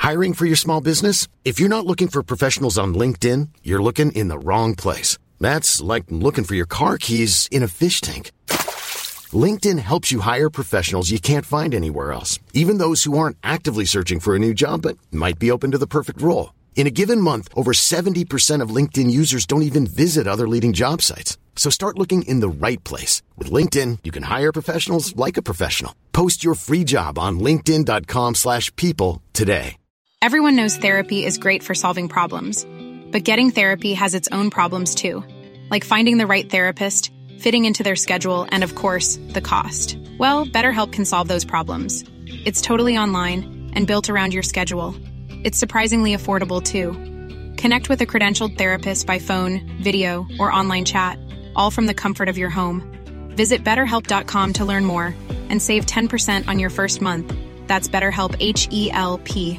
Hiring for your small business? If you're not looking for professionals on LinkedIn, you're looking in the wrong place. That's like looking for your car keys in a fish tank. LinkedIn helps you hire professionals you can't find anywhere else, even those who aren't actively searching for a new job but might be open to the perfect role. In a given month, over 70% of LinkedIn users don't even visit other leading job sites. So start looking in the right place. With LinkedIn, you can hire professionals like a professional. Post your free job on linkedin.com/people today. Everyone knows therapy is great for solving problems. But getting therapy has its own problems too. Like finding the right therapist, fitting into their schedule, and of course, the cost. Well, BetterHelp can solve those problems. It's totally online and built around your schedule. It's surprisingly affordable, too. Connect with a credentialed therapist by phone, video, or online chat, all from the comfort of your home. Visit BetterHelp.com to learn more and save 10% on your first month. That's BetterHelp, H-E-L-P.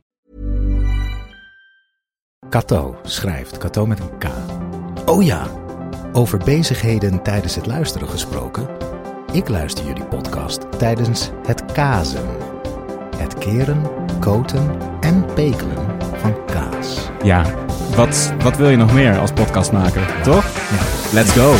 Cato schrijft, Cato met een K. Oh ja, over bezigheden tijdens het luisteren gesproken. Ik luister jullie podcast tijdens het kazen. Het keren, koten en pekelen van kaas. Ja, wat wil je nog meer als podcastmaker, toch? Ja. Let's go!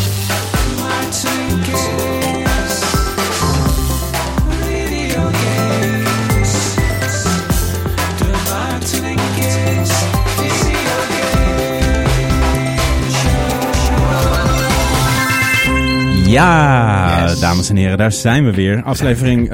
Ja, yes. Dames en heren, daar zijn we weer. Aflevering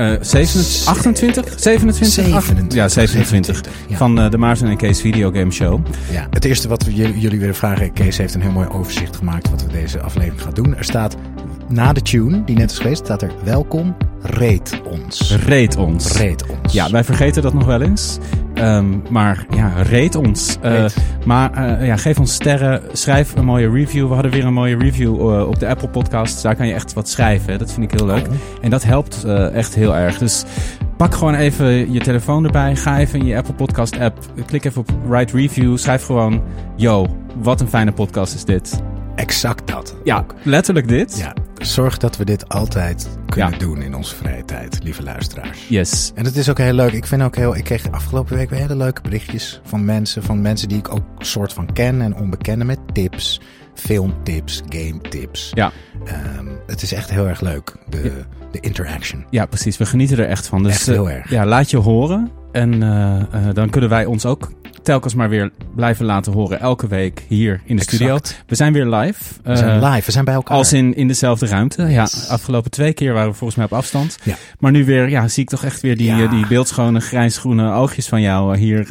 27? 27? Ja, 27. Ja. Van de Maarten en Kees Videogame Show. Ja, het eerste wat we jullie willen vragen, Kees heeft een heel mooi overzicht gemaakt wat we deze aflevering gaan doen. Er staat, na de tune die net is geweest, staat er welkom, reed ons. Reed ons. Reed ons. Ja, wij vergeten dat nog wel eens. Maar ja, reed ons. Geef ons sterren. Schrijf een mooie review. We hadden weer een mooie review op de Apple Podcasts. Daar kan je echt wat schrijven. Dat vind ik heel leuk. En dat helpt echt heel erg. Dus pak gewoon even je telefoon erbij. Ga even in je Apple Podcast app. Klik even op Write Review. Schrijf gewoon, yo, wat een fijne podcast is dit. Exact dat. Ja, ook. Letterlijk dit. Ja, zorg dat we dit altijd kunnen doen in onze vrije tijd, lieve luisteraars. Yes. En het is ook heel leuk. Ik kreeg afgelopen week weer hele leuke berichtjes van mensen die ik ook soort van ken en onbekenden met tips, filmtips, game tips. Ja. Het is echt heel erg leuk, de interaction. Ja, precies. We genieten er echt van. Dus, echt heel erg. Ja, laat je horen. En dan kunnen wij ons ook telkens maar weer blijven laten horen. Elke week hier in de studio. We zijn weer live. We zijn bij elkaar. Als in dezelfde ruimte. Yes. Ja, afgelopen 2 keer waren we volgens mij op afstand. Ja. Maar nu weer, zie ik toch echt weer die beeldschone grijsgroene oogjes van jou hier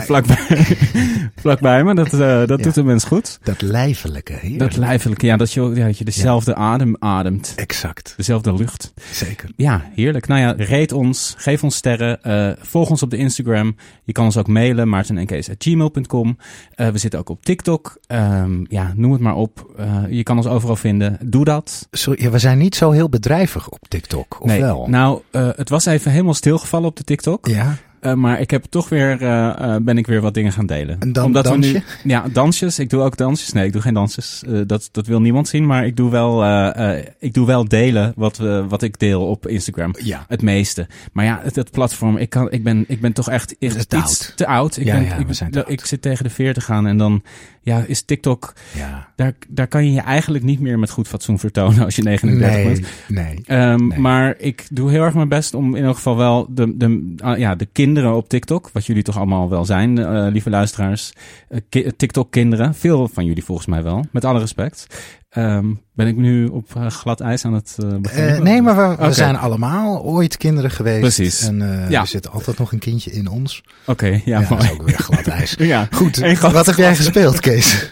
vlakbij me. Dat doet de mens goed. Dat lijfelijke. Heerlijk. Dat lijfelijke, ja. Dat je dezelfde adem ademt. Exact. Dezelfde lucht. Zeker. Ja, heerlijk. Nou ja, reed ons. Geef ons sterren. Volg ons op de Instagram. Je kan ons ook mailen. maartenenkees@gmail.com. We zitten ook op TikTok. Noem het maar op. Je kan ons overal vinden. Doe dat. Sorry, we zijn niet zo heel bedrijvig op TikTok, of wel? Nou, het was even helemaal stilgevallen op de TikTok. Ja. Maar ik heb toch weer, ben ik weer wat dingen gaan delen. Een dansje? Dansjes. Ik doe ook dansjes. Nee, ik doe geen dansjes. Dat wil niemand zien. Maar ik doe wel delen wat ik deel op Instagram. Ja. Het meeste. Maar ja, het platform. Ik ben toch echt iets te oud. Ik zit tegen de 40 aan en dan is TikTok. Ja. Daar kan je je eigenlijk niet meer met goed fatsoen vertonen als je 39 bent. Nee. Maar ik doe heel erg mijn best om in elk geval wel de kinderen op TikTok, wat jullie toch allemaal wel zijn, lieve luisteraars. TikTok-kinderen, veel van jullie volgens mij wel, met alle respect. Ben ik nu op glad ijs aan het beginnen? Nee, maar we zijn allemaal ooit kinderen geweest. Precies. En er zit altijd nog een kindje in ons. Oké, dat is ook weer glad ijs. Ja. Goed, wat heb jij gespeeld, Kees?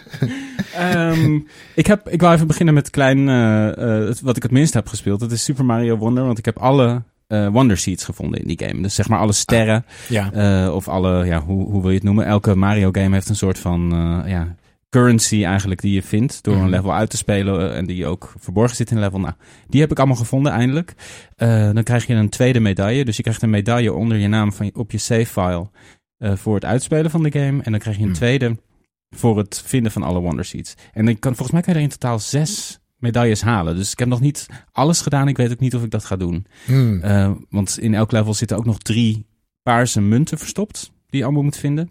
Ik wou even beginnen met wat ik het minst heb gespeeld. Dat is Super Mario Wonder, want ik heb alle Wonder Seeds gevonden in die game. Dus zeg maar alle sterren. Of alle, hoe wil je het noemen? Elke Mario game heeft een soort van currency eigenlijk die je vindt door een level uit te spelen en die ook verborgen zit in een level. Nou, die heb ik allemaal gevonden eindelijk. Dan krijg je een tweede medaille. Dus je krijgt een medaille onder je naam op je save file voor het uitspelen van de game. En dan krijg je een tweede voor het vinden van alle Wonder Seeds. En dan volgens mij kan je er in totaal 6 medailles halen. Dus ik heb nog niet alles gedaan. Ik weet ook niet of ik dat ga doen. Want in elk level zitten ook nog 3 paarse munten verstopt. die je allemaal moet vinden.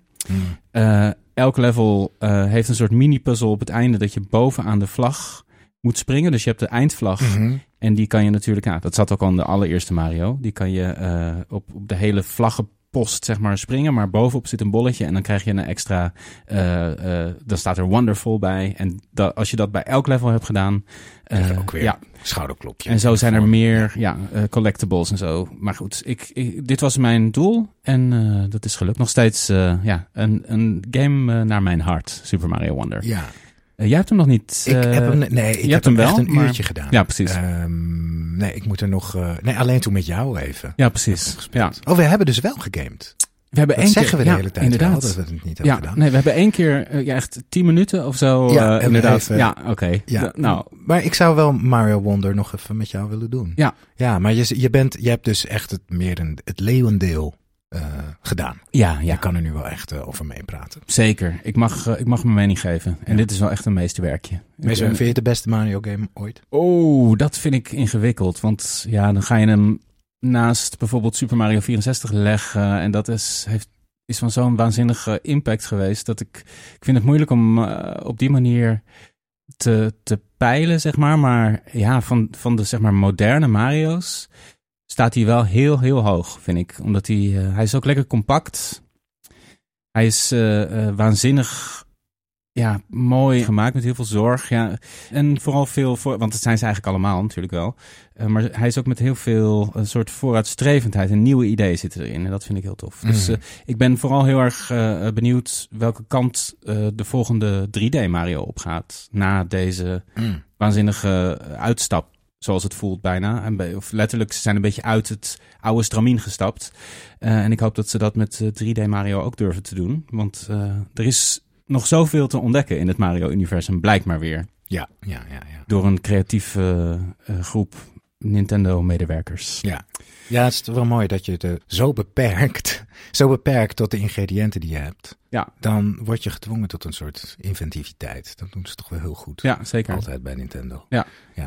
Elk level heeft een soort mini-puzzel op het einde dat je bovenaan de vlag moet springen. Dus je hebt de eindvlag en die kan je natuurlijk... dat zat ook al in de allereerste Mario. Die kan je op de hele vlaggenpost zeg maar springen, maar bovenop zit een bolletje en dan krijg je een extra... dan staat er Wonderful bij. En als je dat bij elk level hebt gedaan... ook weer schouderklopje. En zo zijn er meer collectibles en zo. Maar goed, dit was mijn doel en dat is gelukt. Nog steeds een game naar mijn hart, Super Mario Wonder. Ja. Jij hebt hem nog niet... ik heb hem wel echt een uurtje gedaan. Ja, precies. Ik moet er nog... alleen toen met jou even. Ja, precies. Ja. Oh, we hebben dus wel gegamed. We hebben dat zeggen we de hele tijd inderdaad. wel, dat we het niet hebben gedaan. Nee, we hebben 1 keer echt 10 minuten of zo. Inderdaad. Even, ja, oké. Ja. Nou. Maar ik zou wel Mario Wonder nog even met jou willen doen. Ja. Ja, maar je hebt dus echt het leeuwendeel gedaan. Ja. Je kan er nu wel echt over meepraten. Zeker. Ik mag mijn mening geven. En dit is wel echt een meesterwerkje. Vind je het de beste Mario game ooit? Oh, dat vind ik ingewikkeld. Want dan ga je hem naast bijvoorbeeld Super Mario 64 leggen. En dat is van zo'n waanzinnige impact geweest. Dat ik vind het moeilijk om op die manier te peilen, zeg maar. Maar ja, van de zeg maar moderne Mario's staat hij wel heel, heel hoog, vind ik. Omdat hij is ook lekker compact. Hij is waanzinnig mooi gemaakt met heel veel zorg. Ja. En vooral want het zijn ze eigenlijk allemaal natuurlijk wel. Maar hij is ook met heel veel een soort vooruitstrevendheid en nieuwe ideeën zitten erin. En dat vind ik heel tof. Dus ik ben vooral heel erg benieuwd welke kant de volgende 3D Mario opgaat. Na deze waanzinnige uitstap. Zoals het voelt bijna. Of letterlijk, ze zijn een beetje uit het oude stramien gestapt. En ik hoop dat ze dat met 3D Mario ook durven te doen. Want er is nog zoveel te ontdekken in het Mario-universum, blijkt maar weer. Ja. Door een creatieve groep Nintendo-medewerkers. Ja, het is wel mooi dat je het zo beperkt tot de ingrediënten die je hebt. Ja. Dan word je gedwongen tot een soort inventiviteit. Dat doen ze toch wel heel goed. Ja, zeker. Altijd bij Nintendo. Ja.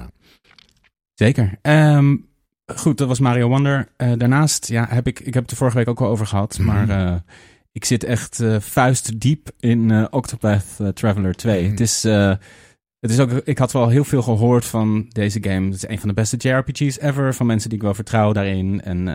Zeker. Goed, dat was Mario Wonder. Daarnaast heb ik heb het er vorige week ook al over gehad, maar ik zit echt vuistdiep in Octopath Traveler 2. Het is ook, ik had wel heel veel gehoord van deze game. Het is een van de beste JRPG's ever, van mensen die ik wel vertrouw daarin. En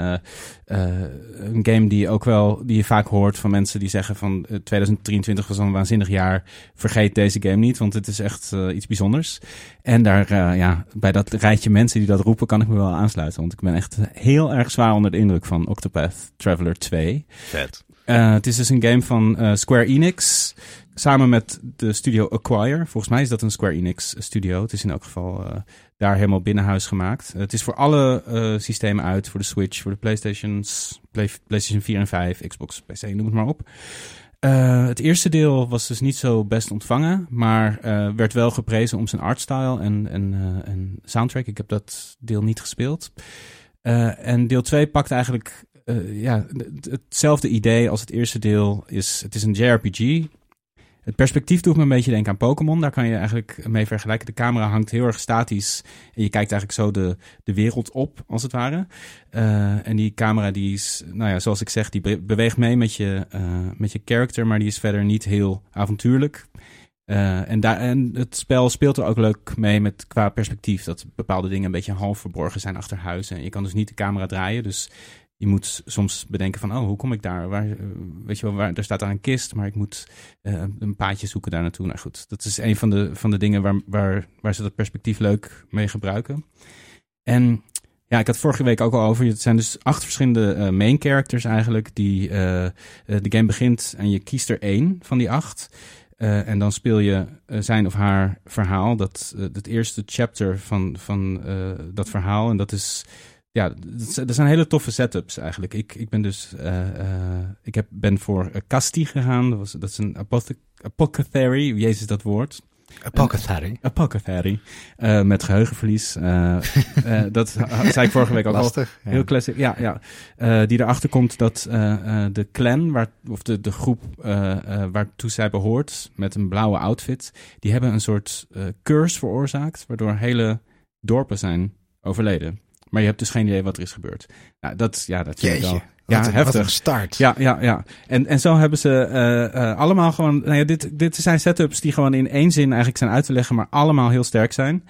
een game die je vaak hoort van mensen die zeggen van 2023 was een waanzinnig jaar. Vergeet deze game niet, want het is echt iets bijzonders. En daar, bij dat rijtje mensen die dat roepen, kan ik me wel aansluiten. Want ik ben echt heel erg zwaar onder de indruk van Octopath Traveler 2. Vet. Het is dus een game van Square Enix, samen met de studio Acquire. Volgens mij is dat een Square Enix studio. Het is in elk geval daar helemaal binnenhuis gemaakt. Het is voor alle systemen uit, voor de Switch, voor de PlayStation 4 en 5, Xbox, PC, noem het maar op. Het eerste deel was dus niet zo best ontvangen, maar werd wel geprezen om zijn artstyle en soundtrack. Ik heb dat deel niet gespeeld. En deel 2 pakt eigenlijk hetzelfde idee als het eerste deel. Het is een JRPG. Het perspectief doet me een beetje denken aan Pokémon. Daar kan je eigenlijk mee vergelijken. De camera hangt heel erg statisch. En je kijkt eigenlijk zo de wereld op, als het ware. En die camera die is, zoals ik zeg, die beweegt mee met je character. Maar die is verder niet heel avontuurlijk. En het spel speelt er ook leuk mee qua perspectief. Dat bepaalde dingen een beetje half verborgen zijn achter huizen. En je kan dus niet de camera draaien. Dus je moet soms bedenken van, hoe kom ik daar? Er staat daar een kist, maar ik moet een paadje zoeken daar naartoe. Nou goed, dat is een van de dingen waar ze dat perspectief leuk mee gebruiken. En ja, ik had vorige week ook al over, het zijn dus 8 verschillende main characters eigenlijk, die de game begint en je kiest er 1 van die 8. En dan speel je zijn of haar verhaal, het eerste chapter van dat verhaal. En dat is... Ja, dat zijn hele toffe setups eigenlijk. Ik ben dus... ben voor Casti gegaan. Dat is een apothecary. Jezus, dat woord. Apothecary. Met geheugenverlies. Dat zei ik vorige week ook lastig, al. Heel classic. Ja. Die erachter komt dat de clan, de groep waartoe zij behoort, met een blauwe outfit, die hebben een soort curse veroorzaakt, waardoor hele dorpen zijn overleden. Maar je hebt dus geen idee wat er is gebeurd. Nou, dat vind ik wel... Ja, heftig. Wat een start. Ja. En zo hebben ze allemaal gewoon... Nou ja, dit zijn setups die gewoon in één zin eigenlijk zijn uit te leggen, maar allemaal heel sterk zijn.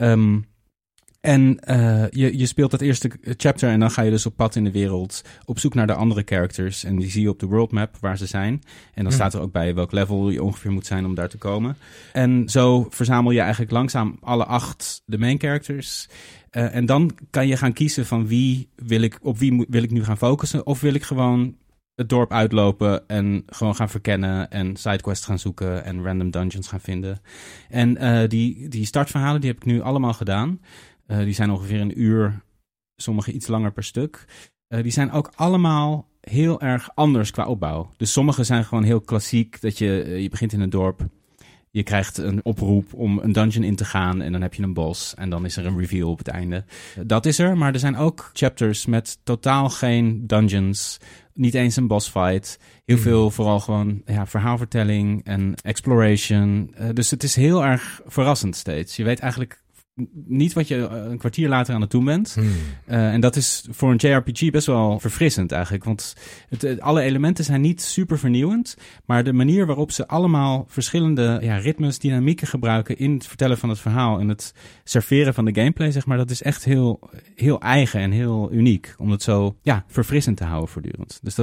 Je speelt dat eerste chapter en dan ga je dus op pad in de wereld op zoek naar de andere characters. En die zie je op de world map waar ze zijn. En dan staat er ook bij welk level je ongeveer moet zijn om daar te komen. En zo verzamel je eigenlijk langzaam alle 8 de main characters. En dan kan je gaan kiezen van op wie wil ik nu gaan focussen. Of wil ik gewoon het dorp uitlopen en gewoon gaan verkennen en sidequests gaan zoeken en random dungeons gaan vinden. En die startverhalen die heb ik nu allemaal gedaan. Die zijn ongeveer 1 uur, sommige iets langer per stuk. Die zijn ook allemaal heel erg anders qua opbouw. Dus sommige zijn gewoon heel klassiek, dat je begint in een dorp. Je krijgt een oproep om een dungeon in te gaan en dan heb je een boss en dan is er een reveal op het einde. Dat is er, maar er zijn ook chapters met totaal geen dungeons, niet eens een boss fight. Heel veel vooral gewoon verhaalvertelling en exploration. Dus het is heel erg verrassend steeds. Je weet eigenlijk niet wat je een kwartier later aan het doen bent. En dat is voor een JRPG best wel verfrissend eigenlijk. Want alle elementen zijn niet super vernieuwend. Maar de manier waarop ze allemaal verschillende ritmes, dynamieken gebruiken in het vertellen van het verhaal en het serveren van de gameplay, zeg maar, dat is echt heel, heel eigen en heel uniek. Om het zo verfrissend te houden voortdurend. Dus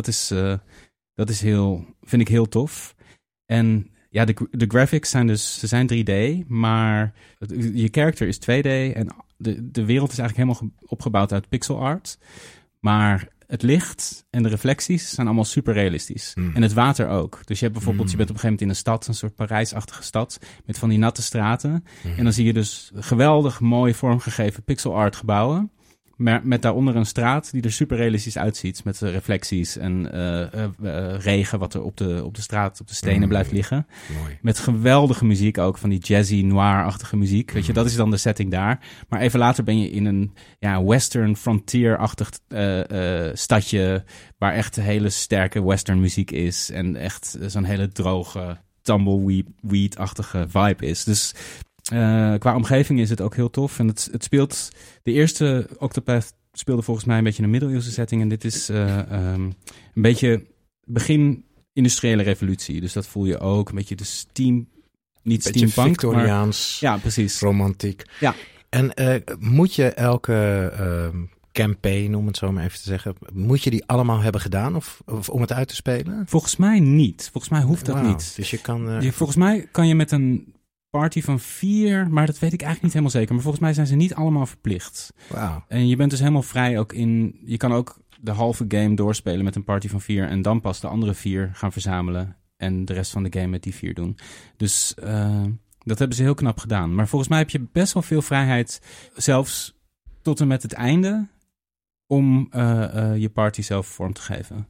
dat is vind ik heel tof. En ja, de graphics zijn 3D, maar je character is 2D en de wereld is eigenlijk helemaal opgebouwd uit pixel art. Maar het licht en de reflecties zijn allemaal super realistisch. En het water ook. Dus je hebt bijvoorbeeld, je bent op een gegeven moment in een stad, een soort Parijsachtige stad, met van die natte straten. En dan zie je dus geweldig mooi vormgegeven pixel art gebouwen. Maar met daaronder een straat die er super realistisch uitziet. Met reflecties en regen wat er op de straat, op de stenen blijft liggen. Mooi. Met geweldige muziek ook, van die jazzy, noir-achtige muziek. Weet je, dat is dan de setting daar. Maar even later ben je in een western frontier-achtig stadje, waar echt hele sterke western muziek is. En echt zo'n hele droge, tumbleweed-achtige vibe is. Dus qua omgeving is het ook heel tof. En het speelt... De eerste Octopath speelde volgens mij een beetje een middeleeuwse setting. En dit is een beetje begin industriële revolutie. Dus dat voel je ook. Een beetje de niet beetje steampunk, Victoriaans, maar, ja, precies. Romantiek. Ja. En moet je elke campaign, om het zo maar even te zeggen, moet je die allemaal hebben gedaan of om het uit te spelen? Volgens mij niet. Volgens mij hoeft dat niet. Dus je kan... volgens mij kan je met een party van 4, maar dat weet ik eigenlijk niet helemaal zeker. Maar volgens mij zijn ze niet allemaal verplicht. Wow. En je bent dus helemaal vrij ook in... Je kan ook de halve game doorspelen met een party van 4 en dan pas de andere 4 gaan verzamelen en de rest van de game met die 4 doen. Dus dat hebben ze heel knap gedaan. Maar volgens mij heb je best wel veel vrijheid, zelfs tot en met het einde, om je party zelf vorm te geven.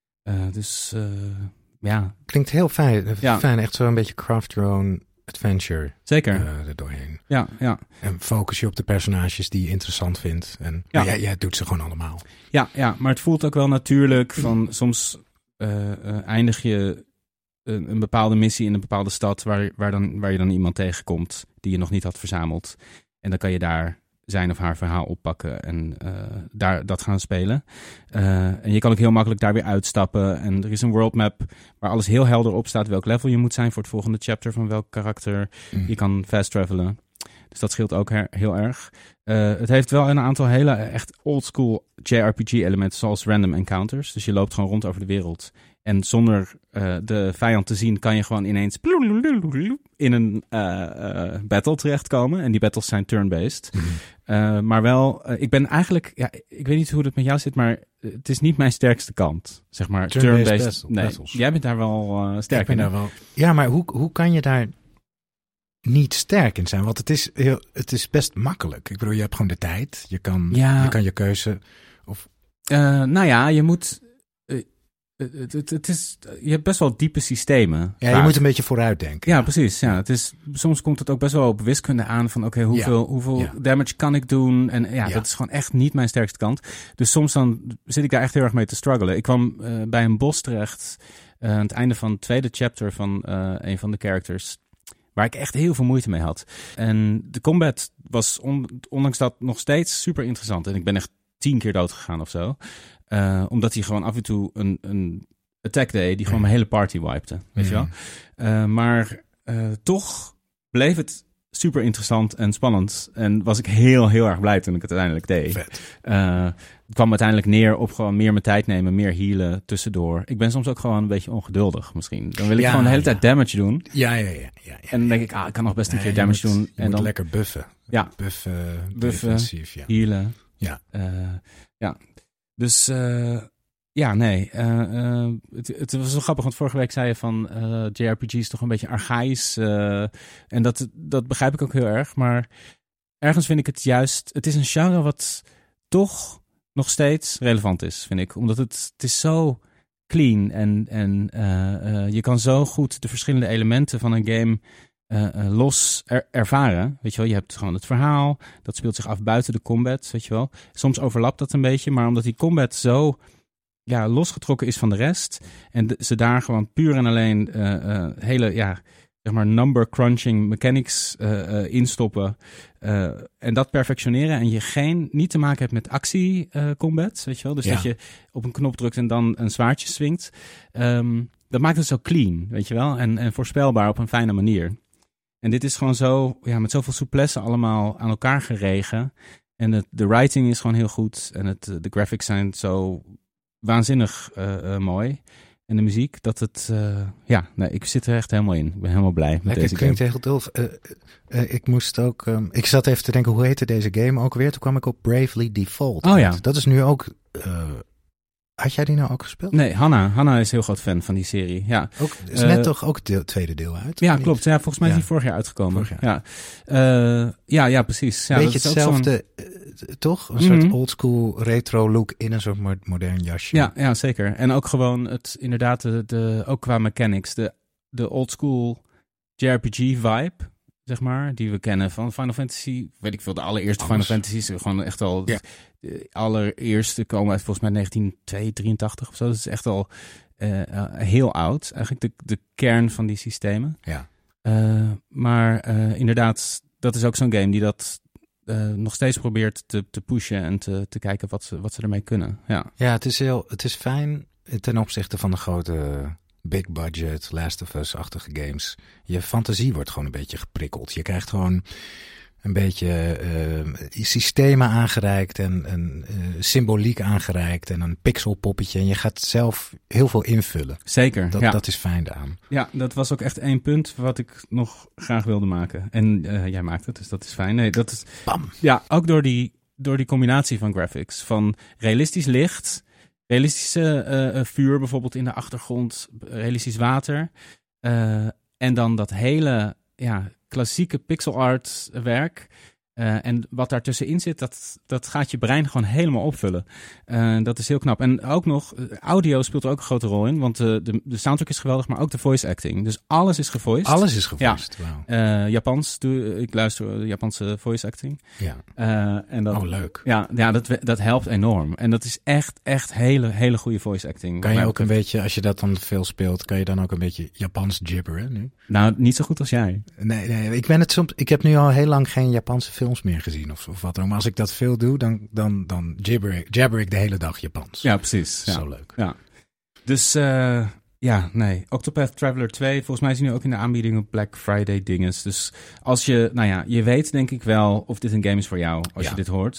Ja. Klinkt heel fijn. Ja. Fijn, echt zo een beetje craft your own adventure. Zeker. Er doorheen. Ja. En focus je op de personages die je interessant vindt. En jij doet ze gewoon allemaal. Ja, maar het voelt ook wel natuurlijk van soms eindig je een bepaalde missie in een bepaalde stad waar je dan iemand tegenkomt die je nog niet had verzameld. En dan kan je daar zijn of haar verhaal oppakken en dat gaan spelen. En je kan ook heel makkelijk daar weer uitstappen. En er is een world map waar alles heel helder op staat welk level je moet zijn voor het volgende chapter van welk karakter. Je kan fast travelen. Dus dat scheelt ook heel erg. Het heeft wel een aantal hele echt oldschool JRPG-elementen zoals random encounters. Dus je loopt gewoon rond over de wereld. En zonder de vijand te zien kan je gewoon ineens in een battle terechtkomen. En die battles zijn turn-based. Maar wel, ik ben eigenlijk... Ja, ik weet niet hoe het met jou zit, maar het is niet mijn sterkste kant. Zeg maar, turn-based battles. Jij bent daar wel sterk in. Ja, maar hoe kan je daar niet sterk in zijn? Want het is best makkelijk. Ik bedoel, je hebt gewoon de tijd. Je kan je keuze... je moet... je hebt best wel diepe systemen. Ja, je moet een beetje vooruit denken. Ja, precies. Ja. Soms komt het ook best wel op wiskunde aan van hoeveel damage kan ik doen? En dat is gewoon echt niet mijn sterkste kant. Dus soms dan zit ik daar echt heel erg mee te struggelen. Ik kwam bij een bos terecht aan het einde van het tweede chapter van een van de characters, waar ik echt heel veel moeite mee had. En de combat was ondanks dat nog steeds super interessant. En ik ben echt 10 keer dood gegaan of zo. Omdat hij gewoon af en toe een attack deed die gewoon mijn hele party wipte. Weet je wel? Maar toch bleef het super interessant en spannend. En was ik heel, heel erg blij toen ik het uiteindelijk deed. Het kwam uiteindelijk neer op gewoon meer mijn tijd nemen, meer healen tussendoor. Ik ben soms ook gewoon een beetje ongeduldig misschien. Dan wil ik gewoon de hele tijd damage doen. Ja. En dan denk ik, ik kan nog best een keer damage doen. En dan lekker buffen. Ja. Buffen, healen. Ja. Dus het was wel grappig, want vorige week zei je van JRPG is toch een beetje archaïs. En dat begrijp ik ook heel erg. Maar ergens vind ik het juist, het is een genre wat toch nog steeds relevant is, vind ik. Omdat het is zo clean en je kan zo goed de verschillende elementen van een game los ervaren. Weet je wel, je hebt gewoon het verhaal, dat speelt zich af buiten de combat, weet je wel. Soms overlapt dat een beetje, maar omdat die combat zo losgetrokken is van de rest en ze daar gewoon puur en alleen hele, zeg maar number crunching mechanics instoppen en dat perfectioneren en je niet te maken hebt met actie combat, weet je wel. Dus dat je op een knop drukt en dan een zwaardje swingt. Dat maakt het zo clean, weet je wel. En voorspelbaar op een fijne manier. En dit is gewoon zo, met zoveel souplesse allemaal aan elkaar geregen. En de writing is gewoon heel goed. En de graphics zijn zo waanzinnig mooi. En de muziek, dat het... ik zit er echt helemaal in. Ik ben helemaal blij met deze game. Lekker, klinkt heel tof. Ik moest ook... ik zat even te denken, hoe heette deze game ook weer? Toen kwam ik op Bravely Default. Oh ja. Dat is nu ook... had jij die nou ook gespeeld? Nee, Hanna is heel groot fan van die serie. Ja. Is net toch ook het tweede deel uit? Ja, klopt. Ja, volgens mij is die vorig jaar uitgekomen. Ja, precies. Ja, beetje hetzelfde, toch? Een soort oldschool retro look in een soort modern jasje. Ja, zeker. En ook gewoon het inderdaad, ook qua mechanics, de oldschool JRPG vibe, zeg maar, die we kennen van Final Fantasy. Weet ik veel, de allereerste Final Fantasy's. Gewoon echt al... Ja. De allereerste komen uit volgens mij 1983 of zo. Dat is echt al heel oud. Eigenlijk de kern van die systemen. Ja. Maar inderdaad, dat is ook zo'n game die dat nog steeds probeert te pushen en te kijken wat ze ermee kunnen. Ja, het is fijn ten opzichte van de grote big budget, Last of Us-achtige games. Je fantasie wordt gewoon een beetje geprikkeld. Je krijgt gewoon een beetje systemen aangereikt en symboliek aangereikt en een pixelpoppetje. En je gaat zelf heel veel invullen. Zeker, Dat is fijn daaraan. Ja, dat was ook echt 1 punt wat ik nog graag wilde maken. En jij maakt het, dus dat is fijn. Nee, dat is... Bam! Ja, ook door die combinatie van graphics. Van realistisch licht, realistische vuur bijvoorbeeld in de achtergrond, realistisch water. En dan dat hele... klassieke pixel art werk. En wat daartussenin zit, dat gaat je brein gewoon helemaal opvullen. Dat is heel knap. En ook nog, audio speelt er ook een grote rol in. Want de soundtrack is geweldig, maar ook de voice acting. Dus alles is gevoiced. Alles is gevoiced, wow. Japans, ik luister de Japanse voice acting. Ja. En dat, leuk. Ja, dat helpt enorm. En dat is echt hele, hele goede voice acting. Kan je ook een beetje, als je dat dan veel speelt, kan je dan ook een beetje Japans gibberen nu? Nou, niet zo goed als jij. Nee, ik heb nu al heel lang geen Japanse films meer gezien of wat dan. Maar als ik dat veel doe, dan jabber ik de hele dag Japans. Ja, precies. Zo leuk. Ja. Dus Octopath Traveler 2, volgens mij is hij nu ook in de aanbieding op Black Friday dinges. Dus als je, je weet denk ik wel of dit een game is voor jou, als je dit hoort.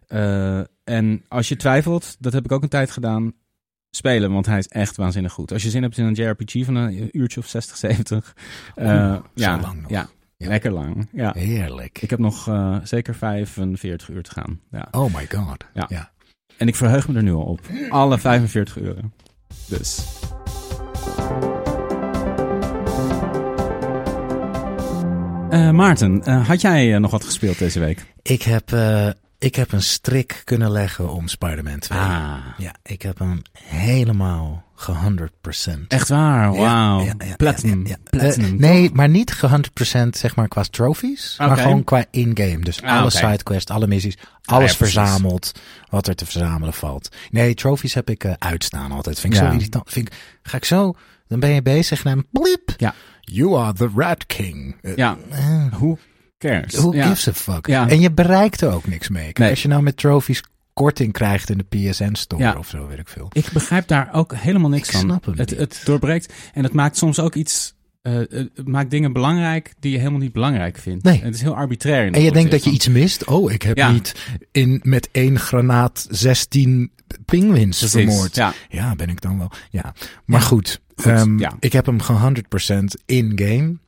En als je twijfelt, dat heb ik ook een tijd gedaan, spelen, want hij is echt waanzinnig goed. Als je zin hebt in een JRPG van een uurtje of 60, 70. Zo lang nog. Ja. Lekker lang. Ja. Heerlijk. Ik heb nog zeker 45 uur te gaan. Ja. Oh my god. Ja. En ik verheug me er nu al op. Alle 45 uur. Dus. Maarten, had jij nog wat gespeeld deze week? Ik heb een strik kunnen leggen om Spider-Man 2. Ja, ik heb hem helemaal 100%. Echt waar? Wauw. Ja. Platinum. Nee, maar niet 100% zeg maar qua trophies, maar gewoon qua in-game. Dus alle sidequests, alle missies, alles verzameld wat er te verzamelen valt. Nee, trophies heb ik uitstaan altijd. Vind ik zo irritant. Ga ik zo Dan ben je bezig en dan bliep. Ja. You are the Rat King. Who cares? Who gives a fuck? Ja. En je bereikt er ook niks mee. Kijk, Nee. als je nou met trophies korting krijgt in de PSN-store of zo, weet ik veel. Ik begrijp daar ook helemaal niks van. Snap hem niet. Het doorbreekt. En het maakt soms ook iets... het maakt dingen belangrijk die je helemaal niet belangrijk vindt. Nee. Het is heel arbitrair. En je denkt dat je iets mist. Oh, ik heb niet met 1 granaat 16 pinguïns vermoord. Ja, ben ik dan wel. Ja, maar goed. Ik heb hem gewoon 100% in-game.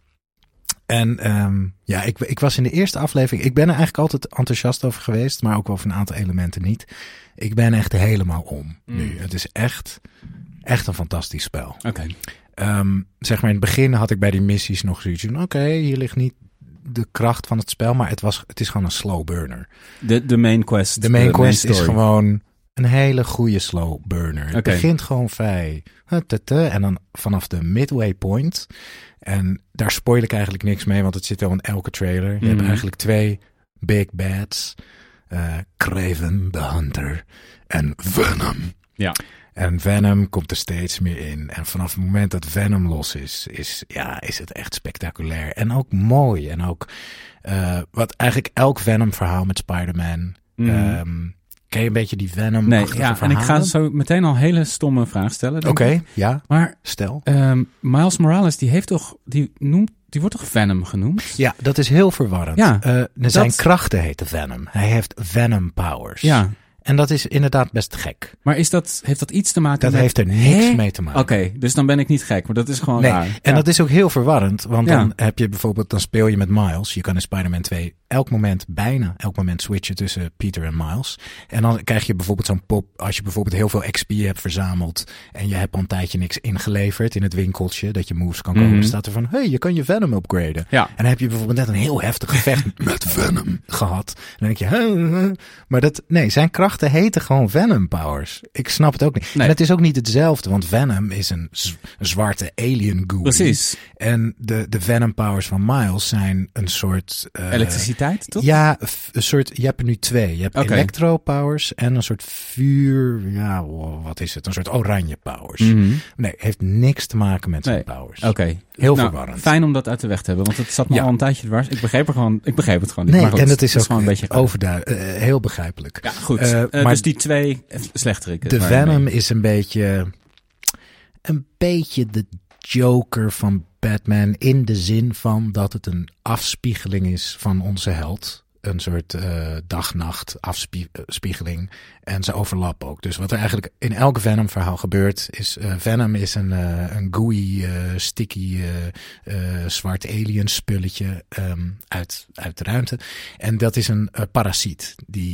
En ik was in de eerste aflevering... Ik ben er eigenlijk altijd enthousiast over geweest, maar ook wel voor een aantal elementen niet. Ik ben echt helemaal om nu. Het is echt een fantastisch spel. Oké. Zeg maar in het begin had ik bij die missies nog zoiets van... Oké, hier ligt niet de kracht van het spel, maar het is gewoon een slow burner. De main quest. De main quest is gewoon een hele goede slow burner. Het begint gewoon vrij. En dan vanaf de midway point. En daar spoil ik eigenlijk niks mee, want het zit al in elke trailer. Je hebt eigenlijk 2 big bads. Kraven the Hunter en Venom. Ja. En Venom komt er steeds meer in. En vanaf het moment dat Venom los is het echt spectaculair. En ook mooi. En ook wat eigenlijk elk Venom verhaal met Spider-Man... ken je een beetje die Venom-achtige verhalen? En ik ga zo meteen al hele stomme vraag stellen. Oké, ja. Maar stel. Miles Morales, die wordt toch Venom genoemd? Ja, dat is heel verwarrend. Ja, zijn krachten heten Venom. Hij heeft Venom powers. Ja. En dat is inderdaad best gek. Maar heeft dat iets te maken met... Dat heeft er niks mee te maken. Oké, dus dan ben ik niet gek, maar dat is gewoon raar. En dat is ook heel verwarrend, want dan heb je bijvoorbeeld... Dan speel je met Miles. Je kan in Spider-Man 2 bijna elk moment switchen tussen Peter en Miles. En dan krijg je bijvoorbeeld zo'n pop... Als je bijvoorbeeld heel veel XP hebt verzameld... en je hebt al een tijdje niks ingeleverd in het winkeltje... dat je moves kan kopen. Dan staat er van, hey, je kan je Venom upgraden. Ja. En dan heb je bijvoorbeeld net een heel heftig gevecht met Venom gehad. En dan denk je... Maar zijn krachten heten gewoon Venom powers. Ik snap het ook niet. Nee. En het is ook niet hetzelfde, want Venom is een zwarte alien goo. Precies. En de Venom powers van Miles zijn een soort... elektriciteit, toch? Ja, een soort... Je hebt er nu 2. Je hebt electro powers en een soort vuur... Ja, wat is het? Een soort oranje powers. Nee, heeft niks te maken met zijn powers. Oké. Heel verwarrend. Fijn om dat uit de weg te hebben, want het zat me al een tijdje dwars. Ik begreep het gewoon niet. Nee, maar goed, en het is ook gewoon een beetje overduidelijk. Heel begrijpelijk. Ja, goed. Maar dus die 2 slechteriken. De Venom is een beetje de Joker van Batman in de zin van dat het een afspiegeling is van onze held. Een soort dag-nacht afspiegeling. En ze overlappen ook. Dus wat er eigenlijk in elk Venom verhaal gebeurt is... Venom is een gooey, sticky, zwart alien spulletje uit de ruimte. En dat is een parasiet.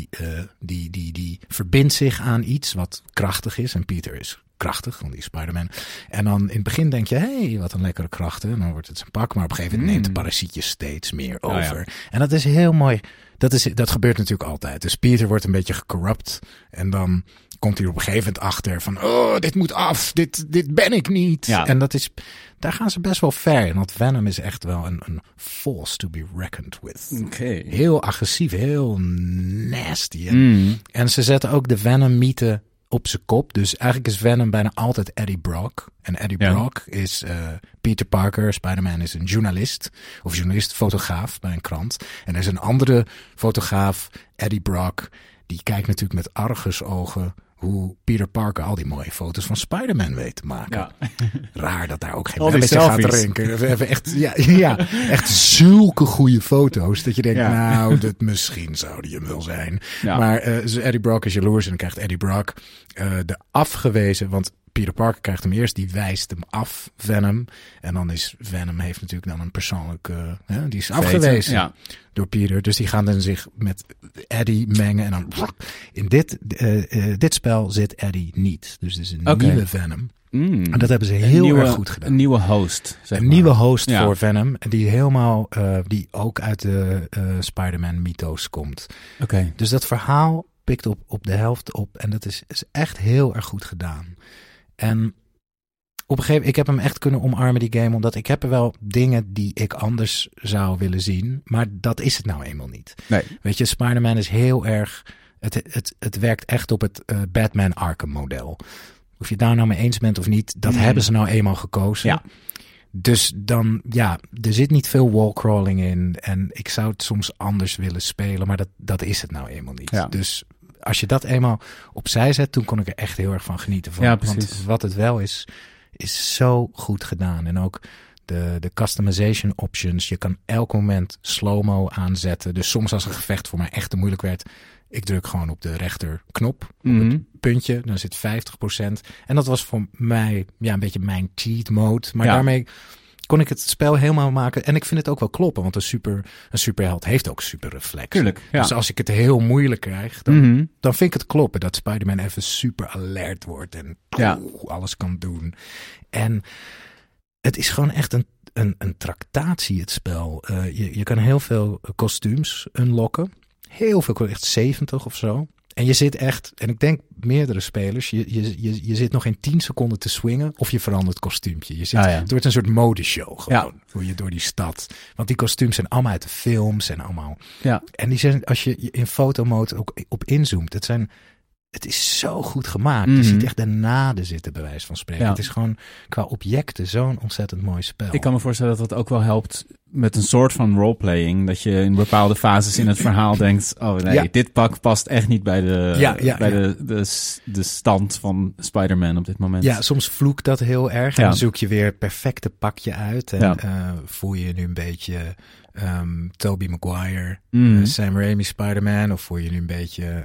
Die verbindt zich aan iets wat krachtig is. En Peter is krachtig, want die is Spider-Man. En dan in het begin denk je, hey, wat een lekkere krachten. En dan wordt het zijn pak. Maar op een gegeven moment neemt de parasietje steeds meer over. Ja. En dat is heel mooi. Dat gebeurt natuurlijk altijd. Dus Peter wordt een beetje gecorrupt. En dan komt hij op een gegeven moment achter van... Oh, dit moet af. Dit ben ik niet. Ja. En daar gaan ze best wel ver. Want Venom is echt wel een force to be reckoned with. Okay. Heel agressief, heel nasty. En ze zetten ook de Venom-mythe op zijn kop. Dus eigenlijk is Venom bijna altijd Eddie Brock. En Eddie Brock is Peter Parker. Spider-Man is een journalist. Of fotograaf bij een krant. En er is een andere fotograaf, Eddie Brock. Die kijkt natuurlijk met argusogen hoe Peter Parker al die mooie foto's van Spider-Man weet te maken. Ja. Raar dat daar ook geen belletje gaat drinken. Echt zulke goede foto's. Dat je denkt, nou, misschien zou die hem wel zijn. Ja. Maar Eddie Brock is jaloers en dan krijgt Eddie Brock de afgewezen... Want Peter Parker krijgt hem eerst, die wijst hem af, Venom. En dan is Venom heeft natuurlijk dan een persoonlijke... die is afgewezen door Peter. Dus die gaan dan zich met Eddie mengen. En dan in dit spel zit Eddie niet. Dus het is een nieuwe Venom. En dat hebben ze heel erg goed gedaan. Een nieuwe host. Nieuwe host voor Venom. Die helemaal, die ook uit de Spider-Man mythos komt. Okay. Dus dat verhaal pikt op de helft op. En dat is echt heel erg goed gedaan. En op een gegeven moment, ik heb hem echt kunnen omarmen, die game, omdat ik heb er wel dingen die ik anders zou willen zien, maar dat is het nou eenmaal niet. Nee. Weet je, Spider-Man is heel erg, het werkt echt op het Batman Arkham model. of je daar nou mee eens bent of niet, dat hebben ze nou eenmaal gekozen. Ja. Dus dan, er zit niet veel wallcrawling in. En ik zou het soms anders willen spelen, maar dat is het nou eenmaal niet. Ja. Dus als je dat eenmaal opzij zet, toen kon ik er echt heel erg van genieten. Want wat het wel is zo goed gedaan. En ook de customization options. Je kan elk moment slow-mo aanzetten. Dus soms als een gevecht voor mij echt te moeilijk werd, ik druk gewoon op de rechterknop, op het puntje, dan zit 50%. En dat was voor mij een beetje mijn cheat mode. Maar daarmee kon ik het spel helemaal maken. En ik vind het ook wel kloppen, want een superheld heeft ook superreflex. Tuurlijk, ja. Dus als ik het heel moeilijk krijg, dan vind ik het kloppen dat Spider-Man even super alert wordt en alles kan doen. En het is gewoon echt een tractatie, het spel. Je kan heel veel kostuums unlocken. Heel veel, echt 70 of zo. En je zit echt, en ik denk meerdere spelers, je zit nog geen 10 seconden te swingen of je verandert kostuumpje. Het wordt een soort modeshow gewoon, hoe je door die stad. Want die kostuums zijn allemaal uit de films en allemaal. Ja. En die zijn, als je in fotomode ook op inzoomt, het is zo goed gemaakt. Je ziet echt de naden zitten, bij wijze van spreken. Ja. Het is gewoon qua objecten zo'n ontzettend mooi spel. Ik kan me voorstellen dat dat ook wel helpt met een soort van roleplaying. Dat je in bepaalde fases in het verhaal denkt, oh nee, dit pak past echt niet bij de stand van Spider-Man op dit moment. Ja, soms vloekt dat heel erg. En dan zoek je weer het perfecte pakje uit. En voel je nu een beetje Tobey Maguire, Sam Raimi Spider-Man, of voel je nu een beetje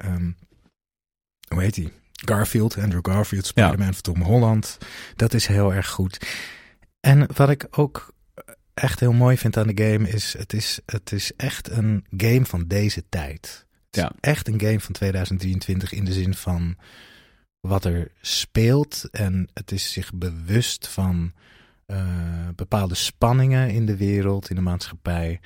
hoe heet hij? Andrew Garfield, Spider-Man van Tom Holland. Dat is heel erg goed. En wat ik ook echt heel mooi vind aan de game is, het is echt een game van deze tijd. Het is echt een game van 2023 in de zin van wat er speelt. En het is zich bewust van bepaalde spanningen in de wereld, in de maatschappij.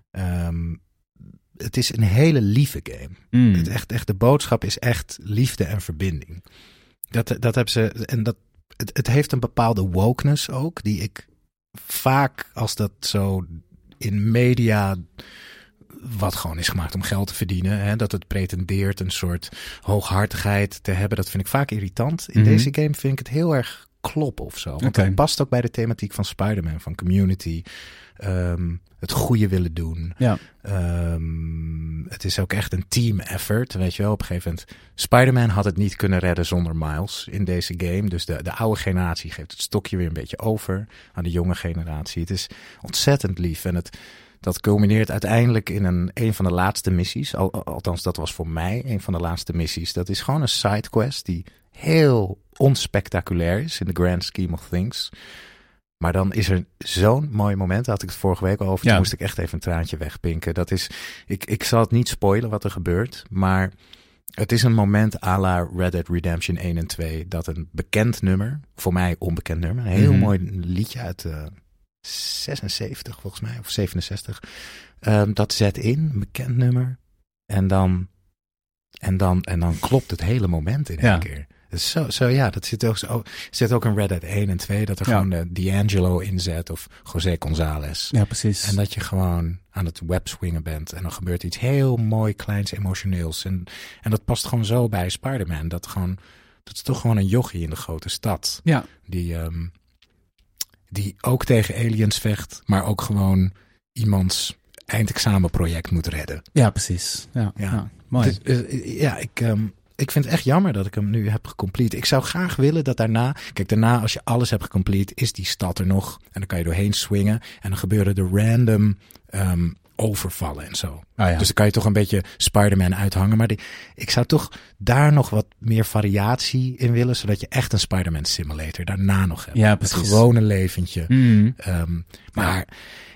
Het is een hele lieve game. De boodschap is echt liefde en verbinding. Dat hebben ze. En het heeft een bepaalde wokeness ook, die ik vaak, als dat zo in media, wat gewoon is gemaakt om geld te verdienen, hè, dat het pretendeert een soort hooghartigheid te hebben, dat vind ik vaak irritant. In deze game vind ik het heel erg kloppen of zo. Want dat past ook bij de thematiek van Spider-Man, van community. Het goede willen doen. Ja. Het is ook echt een team effort. Weet je wel, op een gegeven moment, Spider-Man had het niet kunnen redden zonder Miles in deze game. Dus de oude generatie geeft het stokje weer een beetje over aan de jonge generatie. Het is ontzettend lief. En dat culmineert uiteindelijk in een van de laatste missies. Althans, dat was voor mij een van de laatste missies. Dat is gewoon een sidequest die heel onspectaculair is in the grand scheme of things. Maar dan is er zo'n mooi moment. Daar had ik het vorige week over. Toen moest ik echt even een traantje wegpinken. Dat is, ik zal het niet spoilen wat er gebeurt. Maar het is een moment à la Red Dead Redemption 1 en 2. Dat een bekend nummer, voor mij onbekend nummer. Een heel mooi liedje uit 76 volgens mij. Of 67. Dat zet in, een bekend nummer. En dan klopt het hele moment in één keer. Dus dat zit ook in Red Dead 1 en 2, dat er gewoon D'Angelo inzet of José González. Ja, precies. En dat je gewoon aan het webswingen bent en dan gebeurt iets heel mooi, kleins, emotioneels. En dat past gewoon zo bij Spider-Man. Dat is toch gewoon een jochie in de grote stad. Ja. Die ook tegen aliens vecht, maar ook gewoon iemands eindexamenproject moet redden. Ja, precies. Ja. Mooi. Dus, ik vind het echt jammer dat ik hem nu heb gecomplete. Ik zou graag willen dat daarna als je alles hebt gecomplete, is die stad er nog. En dan kan je doorheen swingen. En dan gebeuren de random overvallen en zo. Dus dan kan je toch een beetje Spider-Man uithangen. Maar ik zou toch daar nog wat meer variatie in willen, zodat je echt een Spider-Man simulator daarna nog hebt. Ja, precies. Het gewone leventje. Maar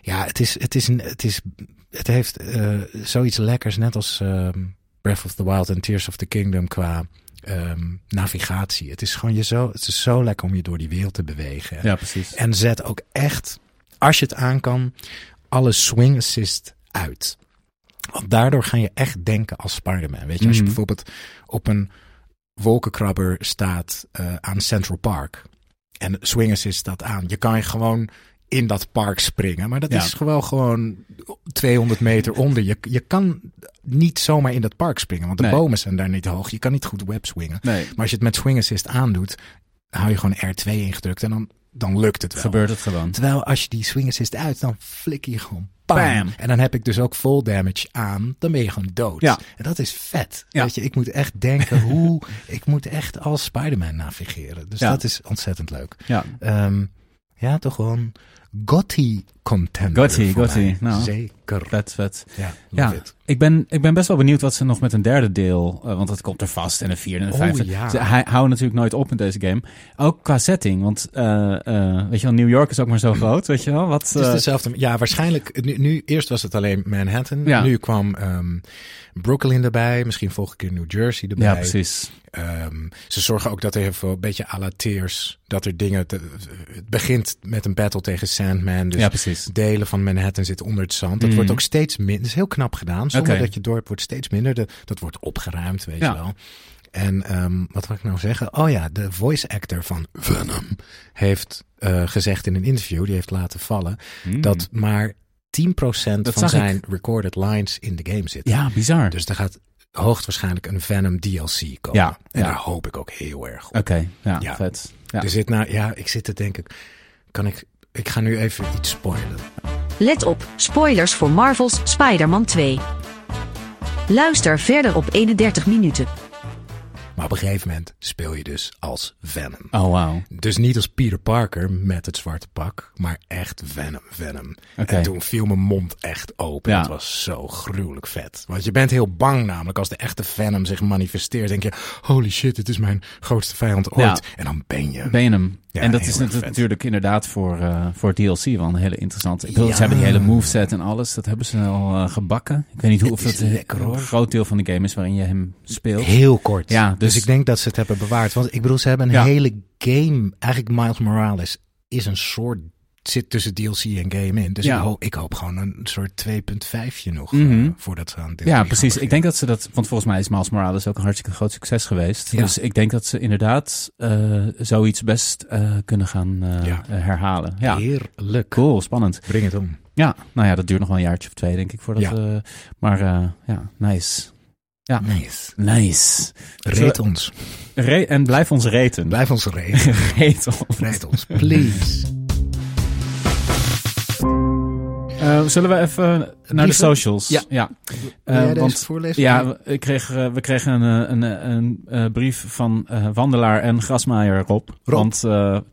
het heeft zoiets lekkers, net als Breath of the Wild en Tears of the Kingdom qua navigatie. Het is gewoon het is zo lekker om je door die wereld te bewegen. Ja, precies. En zet ook echt, als je het aan kan, alle swing assist uit. Want daardoor ga je echt denken als Spider-Man. Weet je, als je bijvoorbeeld op een wolkenkrabber staat aan Central Park en swing assist staat aan. Je kan gewoon in dat park springen. Maar dat is gewoon 200 meter onder. Je kan niet zomaar in dat park springen, want de bomen zijn daar niet hoog. Je kan niet goed webswingen. Nee. Maar als je het met swing assist aandoet, hou je gewoon R2 ingedrukt en dan lukt het wel. Gebeurt het gewoon. Terwijl als je die swing assist uit, dan flikker je gewoon bam. En dan heb ik dus ook full damage aan. Dan ben je gewoon dood. Ja. En dat is vet. Ja. Weet je, ik moet echt denken ik moet echt als Spider-Man navigeren. Dus dat is ontzettend leuk. Ja, ja toch gewoon Gotti contender. Gotti. Nou, zeker. Vet. Ja, ik ben best wel benieuwd wat ze nog met een derde deel, want dat komt er vast en een vierde en een vijfde. Ja. Ze houden natuurlijk nooit op met deze game. Ook qua setting, want weet je wel, New York is ook maar zo groot, weet je wel. Wat, het is dezelfde. Ja, waarschijnlijk. Nu eerst was het alleen Manhattan. Ja. Nu kwam Brooklyn erbij. Misschien volgende keer New Jersey erbij. Ja, precies. Ze zorgen ook dat er heel veel, een beetje à la Tears, dat er dingen... het begint met een battle tegen Sandman. Dus ja, precies. delen van Manhattan zitten onder het zand. Dat wordt ook steeds minder. Dat is heel knap gedaan. Zonder dat je dorp wordt steeds minder. Dat wordt opgeruimd, weet je wel. En wat wil ik nou zeggen? Oh ja, de voice actor van Venom heeft gezegd in een interview, die heeft laten vallen, dat maar 10% van zijn recorded lines in de game zitten. Ja, bizar. Dus er gaat hoogstwaarschijnlijk een Venom DLC komen. Ja, en daar hoop ik ook heel erg op. Oké, vet. Ja. Er zit ik zit te denken, ik ga nu even iets spoilen. Let op, spoilers voor Marvel's Spider-Man 2. Luister verder op 31 minuten. Maar op een gegeven moment speel je dus als Venom. Oh, wow. Dus niet als Peter Parker met het zwarte pak, maar echt Venom. Okay. En toen viel mijn mond echt open. Het was zo gruwelijk vet. Want je bent heel bang namelijk als de echte Venom zich manifesteert. Denk je, holy shit, het is mijn grootste vijand ooit. Ja. En dan ben je hem. Ja, en dat is natuurlijk inderdaad voor DLC wel een hele interessante. Ik bedoel, ze hebben die hele moveset en alles. Dat hebben ze al gebakken. Ik weet niet of het een groot deel van de game is waarin je hem speelt. Heel kort. Ja, dus ik denk dat ze het hebben bewaard. Want ik bedoel, ze hebben een hele game. Eigenlijk Miles Morales is een soort... zit tussen DLC en game in. Dus ik hoop gewoon een soort 2.5 nog voordat ze aan DLC gaan precies. beginnen. Ik denk dat ze dat... Want volgens mij is Miles Morales ook een hartstikke groot succes geweest. Ja. Dus ik denk dat ze inderdaad zoiets best kunnen gaan herhalen. Ja. Heerlijk. Cool, spannend. Bring het om. Ja, nou ja, dat duurt nog wel een jaartje of 2, denk ik. Voordat nice. Ja. Nice. Reet ons. En blijf ons reten. Blijf ons reten. Reet ons, please. Zullen we even naar de socials? Ja. Wil jij deze voorlezen? Ja, we kregen een brief van wandelaar en grasmaaier Rob. Want,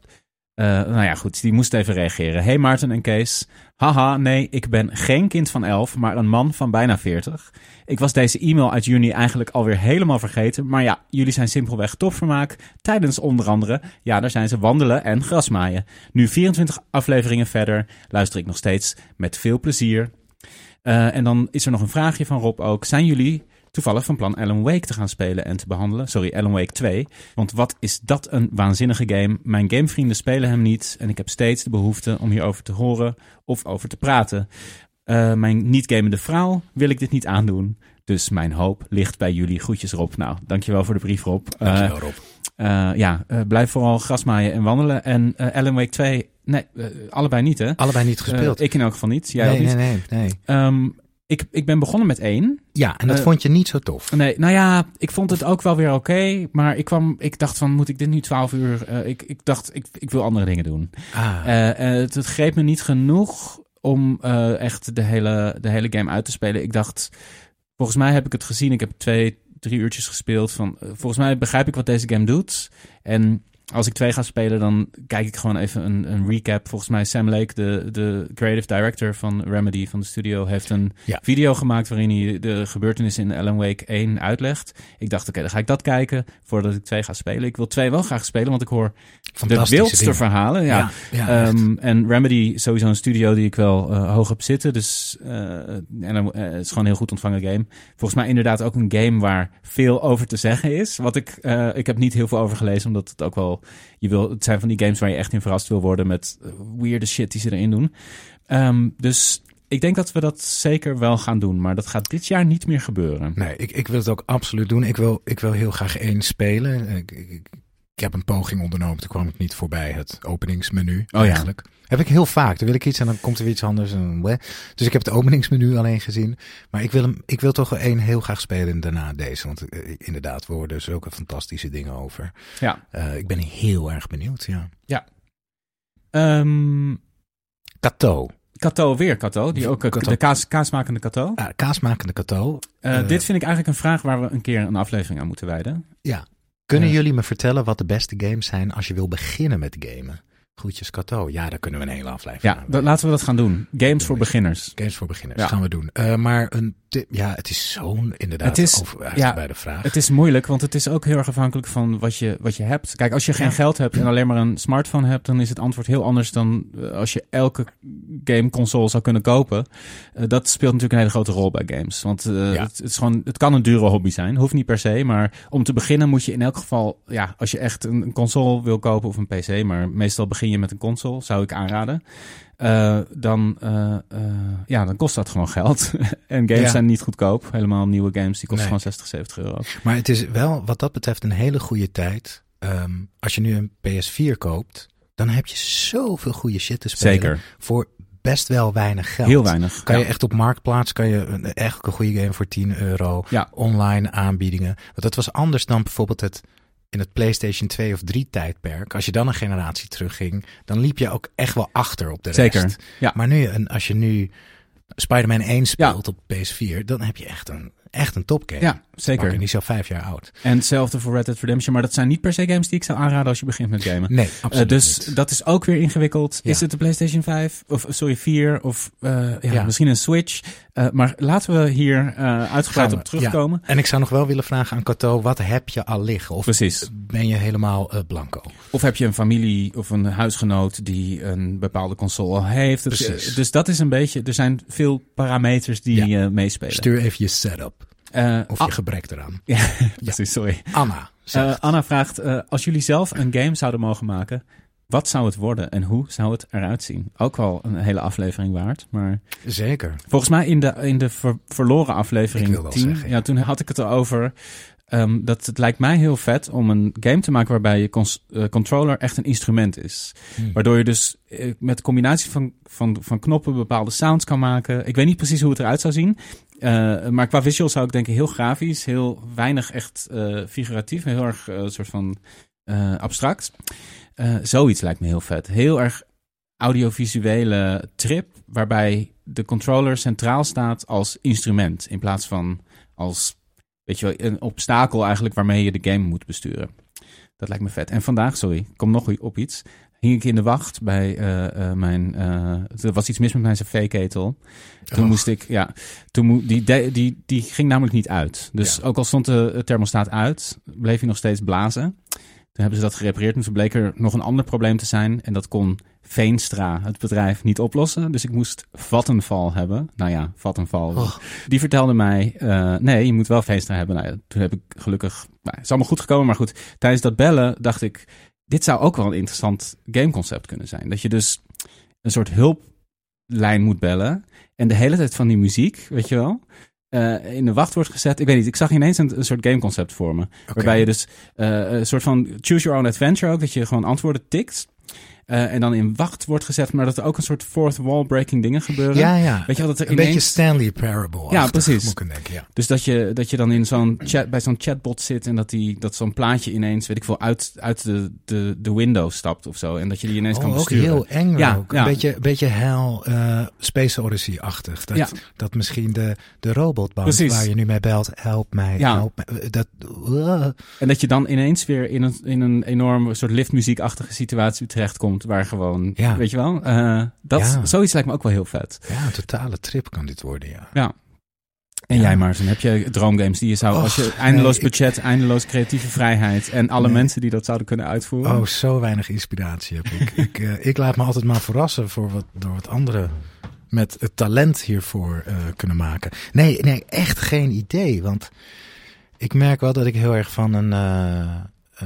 goed, die moest even reageren. Hey Maarten en Kees. Haha, nee, ik ben geen kind van 11, maar een man van bijna 40. Ik was deze e-mail uit juni eigenlijk alweer helemaal vergeten. Maar ja, jullie zijn simpelweg topvermaak. Tijdens onder andere, daar zijn ze wandelen en grasmaaien. Nu 24 afleveringen verder luister ik nog steeds met veel plezier. En dan is er nog een vraagje van Rob ook. Zijn jullie toevallig van plan Alan Wake te gaan spelen en te behandelen? Sorry, Alan Wake 2. Want wat is dat een waanzinnige game. Mijn gamevrienden spelen hem niet. En ik heb steeds de behoefte om hierover te horen of over te praten. Mijn niet-gamende vrouw wil ik dit niet aandoen. Dus mijn hoop ligt bij jullie. Groetjes Rob. Nou, dankjewel voor de brief Rob. Dankjewel Rob. Blijf vooral grasmaaien en wandelen. En Alan Wake 2, nee, allebei niet hè? Allebei niet gespeeld. Ik in elk geval niet. Jij ook niet? Nee. Ik ben begonnen met 1. Ja, en dat vond je niet zo tof. Nee, nou ja, ik vond het ook wel weer oké. Maar ik dacht van, moet ik dit nu 12 uur... Ik dacht, ik wil andere dingen doen. Het greep me niet genoeg om echt de hele game uit te spelen. Ik dacht, volgens mij heb ik het gezien. Ik heb 2-3 uurtjes gespeeld. Volgens mij begrijp ik wat deze game doet. En als ik 2 ga spelen, dan kijk ik gewoon even een recap. Volgens mij Sam Lake, de creative director van Remedy, van de studio, heeft een video gemaakt waarin hij de gebeurtenissen in Alan Wake 1 uitlegt. Ik dacht, oké, dan ga ik dat kijken voordat ik 2 ga spelen. Ik wil 2 wel graag spelen, want ik hoor de wildste verhalen. Ja. En Remedy, sowieso een studio die ik wel hoog heb zitten. Dus het is gewoon een heel goed ontvangen game. Volgens mij inderdaad ook een game waar veel over te zeggen is. Wat ik heb niet heel veel over gelezen, omdat het ook wel... Het zijn van die games waar je echt in verrast wil worden met weirde shit die ze erin doen. Dus ik denk dat we dat zeker wel gaan doen. Maar dat gaat dit jaar niet meer gebeuren. Nee, ik wil het ook absoluut doen. Ik wil heel graag 1 spelen. heb een poging ondernomen. Toen kwam ik niet voorbij het openingsmenu Oh, eigenlijk. Ja. Heb ik heel vaak. Dan wil ik iets en dan komt er weer iets anders. Dus ik heb het openingsmenu alleen gezien. Maar ik wil toch wel één heel graag spelen en daarna deze. Want inderdaad, we horen er zulke fantastische dingen over. Ja. Ik ben heel erg benieuwd, ja. Ja. Kato, weer Kato. Die ook Kato. de kaasmakende Kato. Kaasmakende Kato. Dit vind ik eigenlijk een vraag waar we een keer een aflevering aan moeten wijden. Ja. Kunnen jullie me vertellen wat de beste games zijn als je wil beginnen met gamen? Groetjes Kato. Ja, daar kunnen we een hele aflevering aan. Laten we dat gaan doen. Games voor beginners. Games voor beginners, gaan we doen. Maar het is zo'n inderdaad uitgebreide vraag. Het is moeilijk, want het is ook heel erg afhankelijk van wat je hebt. Kijk, als je geen geld hebt en alleen maar een smartphone hebt, dan is het antwoord heel anders dan als je elke gameconsole zou kunnen kopen. Dat speelt natuurlijk een hele grote rol bij games. Want het kan een dure hobby zijn. Hoeft niet per se, maar om te beginnen moet je in elk geval, als je echt een console wil kopen of een PC, maar meestal begin je met een console, zou ik aanraden. Dan kost dat gewoon geld. En games zijn niet goedkoop. Helemaal nieuwe games, die kosten gewoon 60, 70 euro. Maar het is wel, wat dat betreft, een hele goede tijd. Als je nu een PS4 koopt, dan heb je zoveel goede shit te spelen. Zeker. Voor best wel weinig geld. Heel weinig. Kan je echt op Marktplaats, echt een goede game voor 10 euro. Ja. Online aanbiedingen. Want dat was anders dan bijvoorbeeld in het PlayStation 2 of 3 tijdperk. Als je dan een generatie terugging, dan liep je ook echt wel achter op de rest. Zeker, ja. Maar nu, als je nu Spider-Man 1 speelt op PS4, dan heb je echt een topgame. Ja, zeker. En die is al 5 jaar oud. En hetzelfde voor Red Dead Redemption, maar dat zijn niet per se games die ik zou aanraden als je begint met gamen. Nee, absoluut dus niet. Dat is ook weer ingewikkeld. Ja. Is het de PlayStation 5? Of 4? Of misschien een Switch? Maar laten we hier uitgebreid op terugkomen. Ja. En ik zou nog wel willen vragen aan Kato, wat heb je al liggen? Of precies. Ben je helemaal blanco? Of heb je een familie of een huisgenoot die een bepaalde console al heeft? Dus dat is een beetje, er zijn veel parameters die meespelen. Stuur even je setup. Of je gebrek eraan. Ja, precies, sorry. Anna vraagt, als jullie zelf een game zouden mogen maken, wat zou het worden en hoe zou het eruit zien? Ook wel een hele aflevering waard. Maar zeker. Volgens mij in de verloren aflevering 10, toen had ik het erover. Dat het lijkt mij heel vet om een game te maken waarbij je controller echt een instrument is. Waardoor je dus met de combinatie van knoppen bepaalde sounds kan maken. Ik weet niet precies hoe het eruit zou zien. Maar qua visual zou ik denken heel grafisch, heel weinig echt figuratief, heel erg soort van abstract. Zoiets lijkt me heel vet. Heel erg audiovisuele trip waarbij de controller centraal staat als instrument in plaats van als, weet je wel, een obstakel eigenlijk waarmee je de game moet besturen. Dat lijkt me vet. En vandaag, ik kom nog op iets, hing ik in de wacht bij er was iets mis met mijn cv-ketel. Toen moest ik, die ging namelijk niet uit. Dus ook al stond de thermostaat uit, bleef hij nog steeds blazen. Toen hebben ze dat gerepareerd en toen bleek er nog een ander probleem te zijn. En dat kon Veenstra, het bedrijf, niet oplossen. Dus ik moest Vattenfall hebben. Nou ja, Vattenfall. Oh. Die vertelde mij, nee, je moet wel Veenstra hebben. Nou ja, toen heb ik gelukkig, het is allemaal goed gekomen. Maar goed, tijdens dat bellen dacht ik, dit zou ook wel een interessant gameconcept kunnen zijn. Dat je dus een soort hulplijn moet bellen. En de hele tijd van die muziek, weet je wel, in de wacht wordt gezet. Ik weet niet, ik zag ineens een soort gameconcept voor me. Okay. Waarbij je dus een soort van choose your own adventure ook. Dat je gewoon antwoorden tikt. En dan in wacht wordt gezet, maar dat er ook een soort fourth wall breaking dingen gebeuren. Ja. Weet je wel, dat er een beetje Stanley Parable. Ja, precies. Moet ik denken, ja. Dus dat je dan in bij zo'n chatbot zit en dat zo'n plaatje ineens, weet ik veel, uit de window stapt of zo. En dat je die ineens kan besturen. Ook heel eng ook. Een beetje Hell, Space Odyssey-achtig. Dat misschien de robotband waar je nu mee belt, help mij. En dat je dan ineens weer in een enorm soort liftmuziekachtige situatie terechtkomt. Waar gewoon, weet je wel, zoiets lijkt me ook wel heel vet. Ja, een totale trip kan dit worden, ja. En jij, Maarten, heb je droomgames die je zou, als je eindeloos budget, eindeloos creatieve vrijheid en alle mensen die dat zouden kunnen uitvoeren? Zo weinig inspiratie heb ik. Ik laat me altijd maar verrassen door wat anderen met het talent hiervoor kunnen maken. Nee, echt geen idee, want ik merk wel dat ik heel erg van een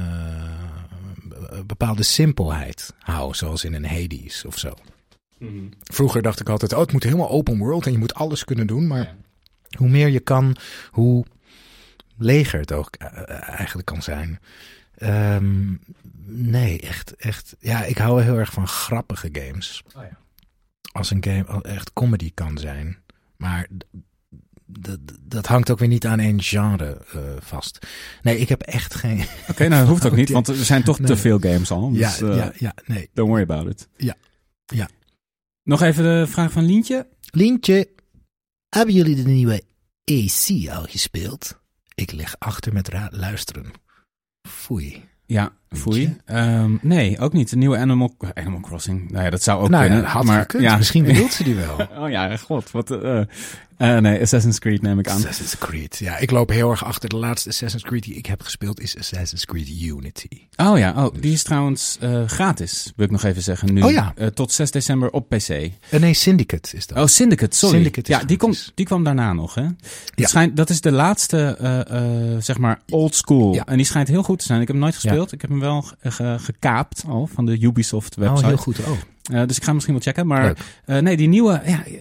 bepaalde simpelheid hou, zoals in een Hades of zo. Mm-hmm. Vroeger dacht ik altijd, het moet helemaal open world en je moet alles kunnen doen, maar hoe meer je kan, hoe leger het ook eigenlijk kan zijn. Nee, echt. Ja, ik hou heel erg van grappige games. Oh ja. Als een game echt comedy kan zijn. Maar dat hangt ook weer niet aan één genre vast. Nee, ik heb echt geen... Oké, nou dat hoeft ook niet, want er zijn toch te veel games al. Dus, nee. Don't worry about it. Ja. Nog even de vraag van Lientje. Lientje, hebben jullie de nieuwe AC al gespeeld? Ik lig achter met luisteren. Foei. Ja, foei. Nee, ook niet. Een nieuwe Animal Crossing. Nou ja, dat zou ook kunnen. Had maar gekund. Ja. Misschien bedoelt ze die wel. Oh ja, god. Wat, nee, Assassin's Creed neem ik aan. Assassin's Creed. Ja, ik loop heel erg achter. De laatste Assassin's Creed die ik heb gespeeld is Assassin's Creed Unity. Oh ja, die is trouwens gratis, wil ik nog even zeggen. Nu. Oh ja. Tot 6 december op PC. Nee, Syndicate is dat. Oh, Syndicate, sorry. Syndicate ja, die kwam daarna nog, hè? Dat is de laatste, zeg maar, old school. Ja. En die schijnt heel goed te zijn. Ik heb hem nooit gespeeld. Ja. Ik heb hem wel gekaapt al van de Ubisoft website. Oh, heel goed. Dus ik ga misschien wel checken. Maar nee, die nieuwe...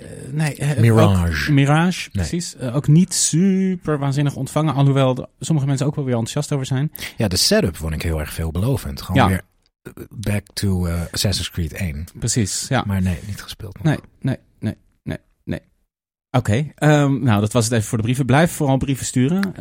Mirage, precies. Ook niet super waanzinnig ontvangen. Alhoewel sommige mensen ook wel weer enthousiast over zijn. Ja, de setup vond ik heel erg veelbelovend. Gewoon weer back to Assassin's Creed 1. Precies, ja. Maar nee, niet gespeeld nog. Nee. Oké, nou dat was het even voor de brieven. Blijf vooral brieven sturen.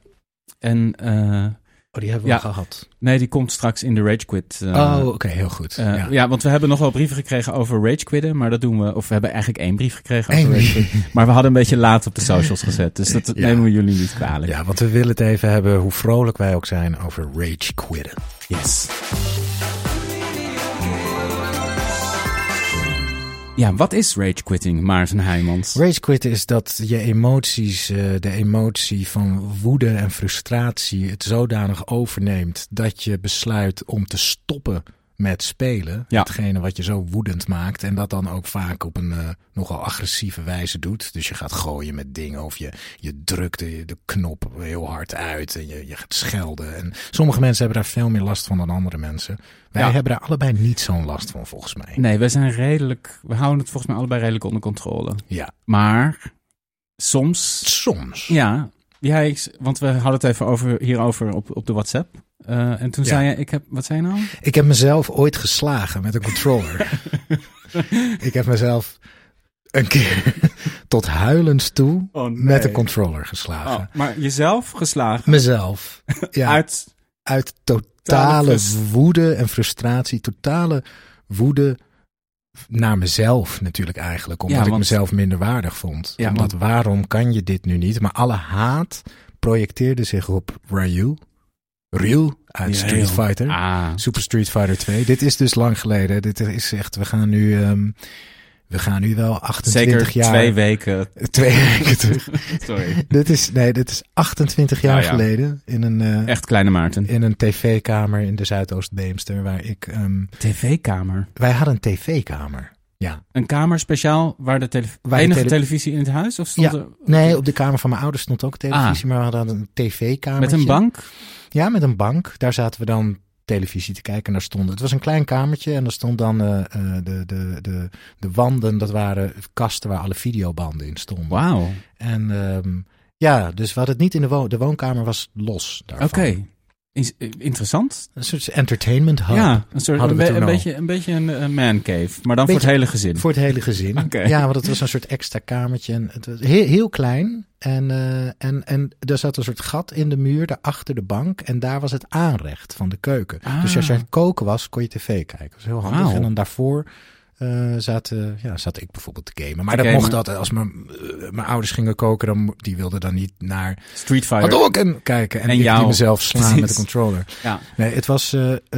Die hebben we al gehad. Nee, die komt straks in de Rage Quit. Oké, heel goed. Ja, want we hebben nog wel brieven gekregen over Rage Quitten, maar dat doen we... Of we hebben eigenlijk 1 brief gekregen over Rage Quit. Maar we hadden een beetje laat op de socials gezet. Dus dat nemen we jullie niet kwalijk. Ja, want we willen het even hebben, hoe vrolijk wij ook zijn, over Rage Quitten. Yes. Ja, wat is rage quitting, Maarten Heijmans? Rage quitten is dat je emoties, de emotie van woede en frustratie het zodanig overneemt dat je besluit om te stoppen met spelen. Ja. Hetgene wat je zo woedend maakt. En dat dan ook vaak op een nogal agressieve wijze doet. Dus je gaat gooien met dingen of je drukt de knop heel hard uit en je gaat schelden. En sommige mensen hebben daar veel meer last van dan andere mensen. Wij hebben daar allebei niet zo'n last van, volgens mij. Nee, we houden het volgens mij allebei redelijk onder controle. Ja. Maar soms. Ja, want we hadden het even hierover op de WhatsApp. En toen zei je, wat zei je nou? Ik heb mezelf ooit geslagen met een controller. Ik heb mezelf een keer tot huilens toe met een controller geslagen. Oh, maar jezelf geslagen? Mezelf. Ja. Uit totale woede en frustratie. Totale woede naar mezelf natuurlijk eigenlijk. Omdat ik mezelf minder waardig vond. Ja, omdat waarom kan je dit nu niet? Maar alle haat projecteerde zich op Ryu uit Street Fighter. Super Street Fighter 2. Dit is dus lang geleden. Dit is echt, we gaan nu wel 28 jaar... 2 weken. 2 weken terug. Sorry. Dit is 28 jaar geleden. In een... echt kleine Maarten. In een tv-kamer in de Zuidoost-Beemster waar ik... TV-kamer? Wij hadden een tv-kamer. Ja. Een kamer speciaal waar de enige televisie in het huis? Of stond er... Nee, op de kamer van mijn ouders stond ook televisie, maar we hadden een tv-kamer. Met een bank? Ja, met een bank. Daar zaten we dan televisie te kijken en daar stonden... Het was een klein kamertje en daar stond dan de wanden, dat waren kasten waar alle videobanden in stonden. Wauw. En dus we hadden het niet in de woonkamer, was los daarvan. Oké. Interessant. Een soort entertainment hub. Ja, een beetje een man cave, maar dan voor het hele gezin. Voor het hele gezin. Okay. Ja, want het was een soort extra kamertje. En het was heel klein. En er zat een soort gat in de muur, daarachter de bank. En daar was het aanrecht van de keuken. Dus als je aan het koken was, kon je tv kijken. Dat was heel handig. Wow. En dan daarvoor zat ik bijvoorbeeld te gamen. Maar dat mocht altijd. Als mijn ouders gingen koken, dan die wilden dan niet naar Street Fighter Hadouken kijken. En ik die mezelf slaan met de controller. Ja. Nee, het was...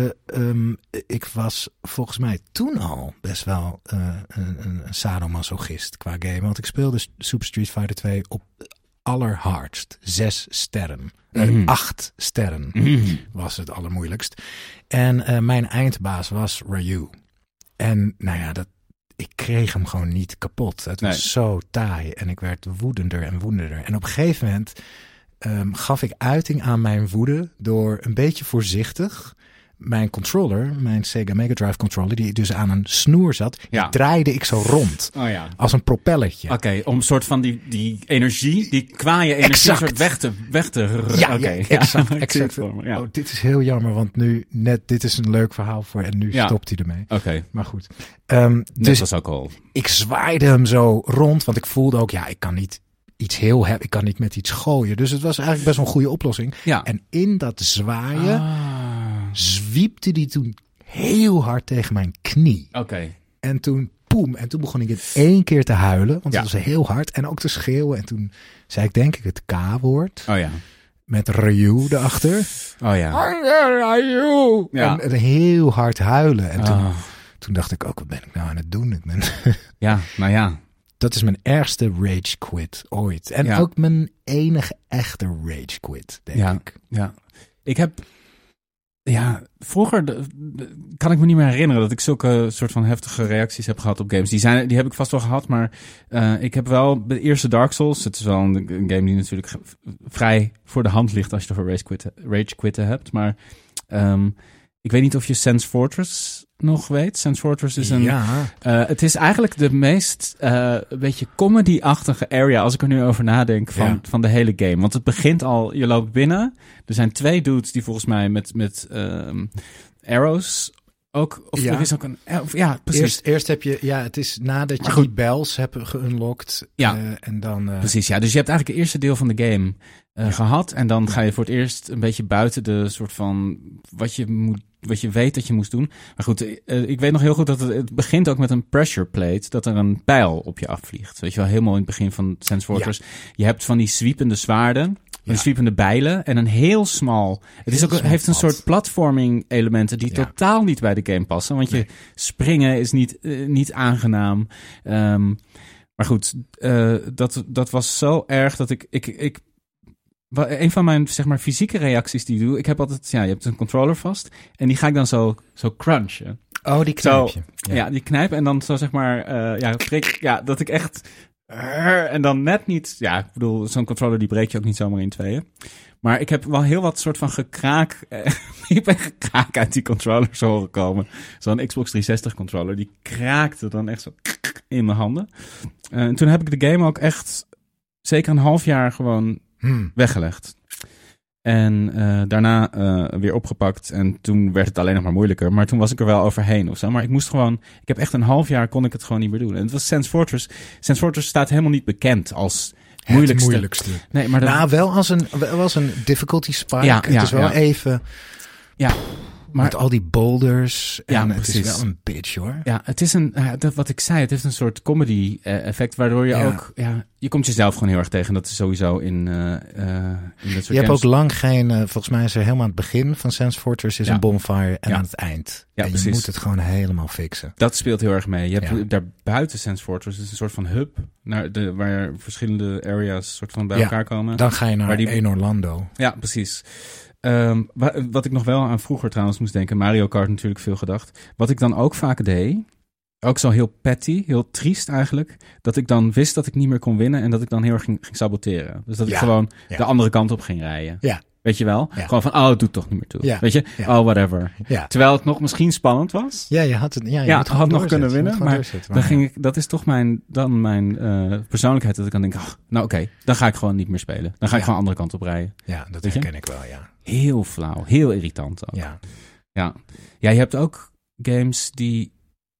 ik was volgens mij toen al best wel een sadomasochist qua game. Want ik speelde Super Street Fighter 2 op allerhardst. 6 sterren. 8 sterren was het allermoeilijkst. En mijn eindbaas was Ryu. En nou ja, ik kreeg hem gewoon niet kapot. Het was zo taai en ik werd woedender en woedender. En op een gegeven moment gaf ik uiting aan mijn woede door een beetje voorzichtig mijn controller, mijn Sega Mega Drive controller, die dus aan een snoer zat, die draaide ik zo rond. Oh ja. Als een propellertje. Oké, om een soort van die energie, die kwaaie energie, een soort weg te exact. Ja. Oh, dit is heel jammer, want dit is een leuk verhaal voor en nu stopt hij ermee. Oké. Maar goed. Dus was ook al. Ik zwaaide hem zo rond, want ik voelde ook, ik kan niet iets ik kan niet met iets gooien. Dus het was eigenlijk best wel een goede oplossing. Ja. En in dat zwaaien zwiepte die toen heel hard tegen mijn knie. Oké. En toen en toen begon ik in 1 keer te huilen, want het was heel hard. En ook te schreeuwen. En toen zei ik denk ik het K-woord. Oh ja. Met Ryu erachter. Oh ja. Ryu! Ja. En heel hard huilen. En toen dacht ik ook, wat ben ik nou aan het doen? Ja, nou ja. Dat is mijn ergste rage quit ooit. En ook mijn enige echte rage quit, denk ik. Ja, ik heb... Ja, vroeger kan ik me niet meer herinneren dat ik zulke soort van heftige reacties heb gehad op games. Die heb ik vast wel gehad, maar ik heb wel de eerste Dark Souls. Het is wel een game die natuurlijk vrij voor de hand ligt als je er rage quitten hebt. Maar ik weet niet of je Sense Fortress nog weet. Sense Fortress is een... het is eigenlijk de meest een beetje comedy-achtige area, als ik er nu over nadenk, van de hele game. Want het begint al, je loopt binnen. Er zijn 2 dudes die volgens mij met arrows ook... Of er is ook een... Ja, precies. Eerst heb je... Ja, het is nadat je die bells hebt geunlocked. En dan... Precies, ja. Dus je hebt eigenlijk het eerste deel van de game gehad. En dan ga je voor het eerst een beetje buiten de soort van... Wat je weet dat je moest doen. Maar goed, ik weet nog heel goed dat het begint ook met een pressure plate. Dat er een pijl op je afvliegt. Weet je wel, helemaal in het begin van Sense Fortress. Ja. Je hebt van die zwiepende zwaarden. Van die zwiepende bijlen. En een heel smal... heeft een soort platforming elementen die totaal niet bij de game passen. Want je springen is niet aangenaam. Maar goed, dat was zo erg dat ik een van mijn, zeg maar, fysieke reacties die ik doe... Ik heb altijd... je hebt een controller vast. En die ga ik dan zo crunchen. Oh, die knijp je. Ja, die knijp. En dan zo, zeg maar... dat ik echt... En dan net niet... Ja, ik bedoel, zo'n controller die breek je ook niet zomaar in 2. Maar ik heb wel heel wat soort van gekraak... ik ben gekraak uit die controllers horen komen. Zo'n Xbox 360 controller. Die kraakte dan echt zo in mijn handen. En toen heb ik de game ook echt... Zeker een half jaar gewoon... weggelegd. En daarna weer opgepakt. En toen werd het alleen nog maar moeilijker. Maar toen was ik er wel overheen of zo. Maar ik moest gewoon... Ik heb echt een half jaar kon ik het gewoon niet meer doen. En het was Sense Fortress. Sense Fortress staat helemaal niet bekend als het moeilijkste. Nee, maar wel als een difficulty spike. Het is wel even... Ja. Maar, met al die boulders. En precies. Het is wel een bitch, hoor. Ja, het is wat ik zei, het heeft een soort comedy effect, waardoor je ook... Ja, je komt jezelf gewoon heel erg tegen. Dat is sowieso in dat soort Je hebt ook lang geen... volgens mij is er helemaal aan het begin van Sense Fortress is een bonfire en aan het eind. Ja, en precies. Je moet het gewoon helemaal fixen. Dat speelt heel erg mee. Je hebt daar buiten Sense Fortress is een soort van hub, waar verschillende areas soort van bij elkaar komen. Dan ga je naar één Orlando. Ja, precies. Wat ik nog wel aan vroeger trouwens moest denken, Mario Kart natuurlijk veel gedacht. Wat ik dan ook vaak deed, ook zo heel petty, heel triest eigenlijk, dat ik dan wist dat ik niet meer kon winnen en dat ik dan heel erg ging saboteren. Dus dat ik gewoon de andere kant op ging rijden. Ja. Weet je wel? Ja. Gewoon van, het doet toch niet meer toe. Ja. Weet je? Ja. Oh, whatever. Ja. Terwijl het nog misschien spannend was. Ja, je had het. Je had nog kunnen winnen. Maar dan ging ik, dat is toch mijn persoonlijkheid. Dat ik dan denk, oké, dan ga ik gewoon niet meer spelen. Dan ga ik gewoon andere kant op rijden. Ja, dat herken ik wel, ja. Heel flauw. Heel irritant ook. Ja, je hebt ook games die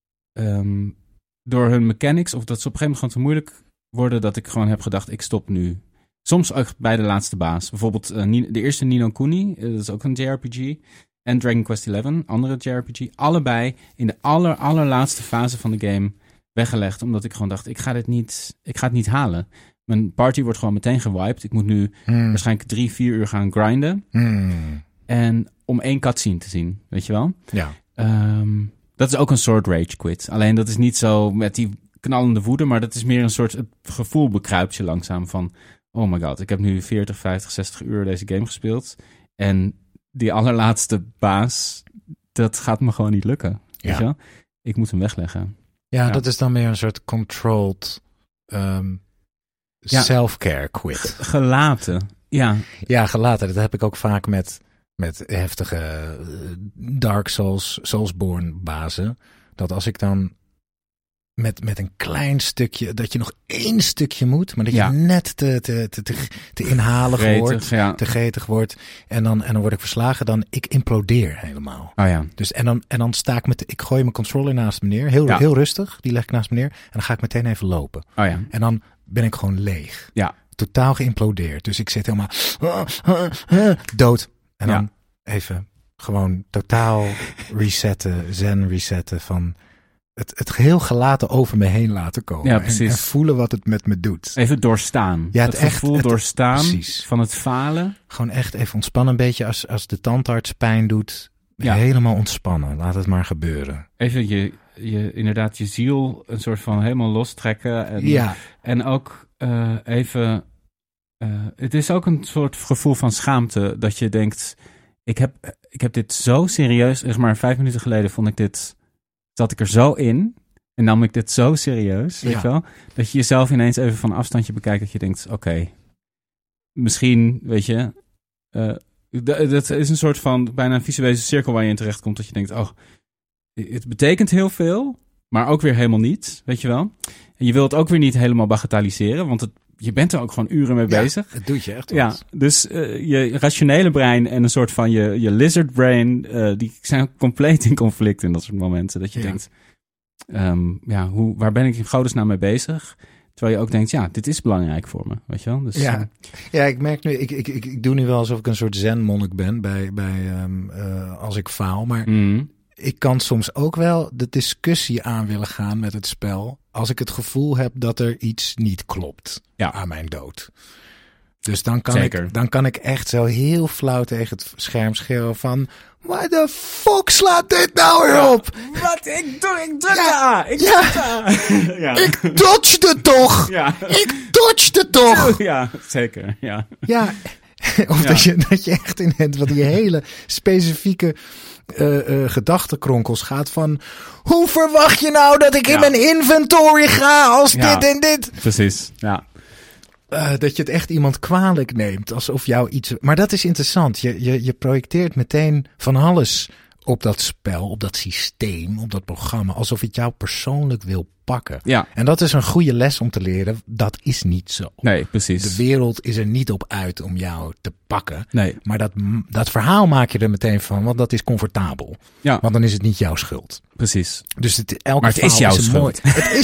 door hun mechanics, of dat ze op een gegeven moment gewoon te moeilijk worden, dat ik gewoon heb gedacht, ik stop nu. Soms ook bij de laatste baas. Bijvoorbeeld de eerste Ni no Kuni, dat is ook een JRPG. En Dragon Quest XI, andere JRPG. Allebei in de allerlaatste fase van de game weggelegd. Omdat ik gewoon dacht, ik ga het niet halen. Mijn party wordt gewoon meteen gewiped. Ik moet nu waarschijnlijk 3-4 uur gaan grinden. En om 1 cutscene te zien, weet je wel? Ja. Dat is ook een soort rage quit. Alleen dat is niet zo met die knallende woede, maar dat is meer een soort gevoel bekruipt je langzaam van... Oh my god, ik heb nu 40, 50, 60 uur deze game gespeeld. En die allerlaatste baas, dat gaat me gewoon niet lukken. Weet je wel? Ik moet hem wegleggen. Ja, dat is dan meer een soort controlled self-care quit. Gelaten, ja. Ja, gelaten. Dat heb ik ook vaak met met heftige Dark Souls, Soulsborne bazen. Dat als ik dan met een klein stukje, dat je nog 1 stukje moet, maar dat je net te inhalig wordt, te gretig wordt. En dan word ik verslagen, dan ik implodeer helemaal. Oh ja. Dus en dan sta ik ik gooi mijn controller naast me neer, heel rustig, die leg ik naast me neer. En dan ga ik meteen even lopen. Oh ja. En dan ben ik gewoon leeg. Ja. Totaal geïmplodeerd. Dus ik zit helemaal dood. En dan even gewoon totaal zen resetten van het geheel gelaten over me heen laten komen. Ja, precies. En voelen wat het met me doet. Even doorstaan. Ja, het gevoel doorstaan precies. Van het falen. Gewoon echt even ontspannen. Een beetje als de tandarts pijn doet. Ja. Helemaal ontspannen. Laat het maar gebeuren. Even inderdaad je ziel een soort van helemaal lostrekken. En ook even... het is ook een soort gevoel van schaamte dat je denkt... Ik heb dit zo serieus... Zeg maar 5 minuten geleden zat ik er zo in... En nam ik dit zo serieus, weet je wel? Dat je jezelf ineens even van afstandje bekijkt... dat je denkt, oké, misschien, weet je... dat is een soort van bijna een visuele cirkel waar je in terecht komt... dat je denkt, het betekent heel veel... maar ook weer helemaal niet, weet je wel? En je wilt het ook weer niet helemaal bagatelliseren... want je bent er ook gewoon uren mee bezig. Het doet je echt wat. Ja, dus je rationele brein en een soort van je lizard brain... die zijn compleet in conflict in dat soort momenten. Dat je denkt, waar ben ik in godesnaam mee bezig? Terwijl je ook denkt, dit is belangrijk voor me, weet je wel? Dus, ik merk nu, ik doe nu wel alsof ik een soort zen-monnik ben bij als ik faal. Maar ik kan soms ook wel de discussie aan willen gaan met het spel... als ik het gevoel heb dat er iets niet klopt aan mijn dood. Dus dan kan ik echt zo heel flauw tegen het scherm schreeuwen van... Waar de fuck slaat dit nou weer op? Wat? Ik druk A. Ik dodgede toch? Ja. Ik dodgede toch? Ja, zeker. Ja. Of dat je echt in het, wat die hele specifieke gedachtenkronkels gaat van... Hoe verwacht je nou dat ik in mijn inventory ga als dit en dit? Precies, ja. Dat je het echt iemand kwalijk neemt. Alsof jou iets... Maar dat is interessant. Je projecteert meteen van alles op dat spel, op dat systeem, op dat programma. Alsof het jou persoonlijk wil pakken. Ja. En dat is een goede les om te leren. Dat is niet zo. Nee, precies. De wereld is er niet op uit om jou te pakken. Nee. Maar dat verhaal maak je er meteen van, want dat is comfortabel. Ja. Want dan is het niet jouw schuld. Precies. Dus maar het is jouw schuld.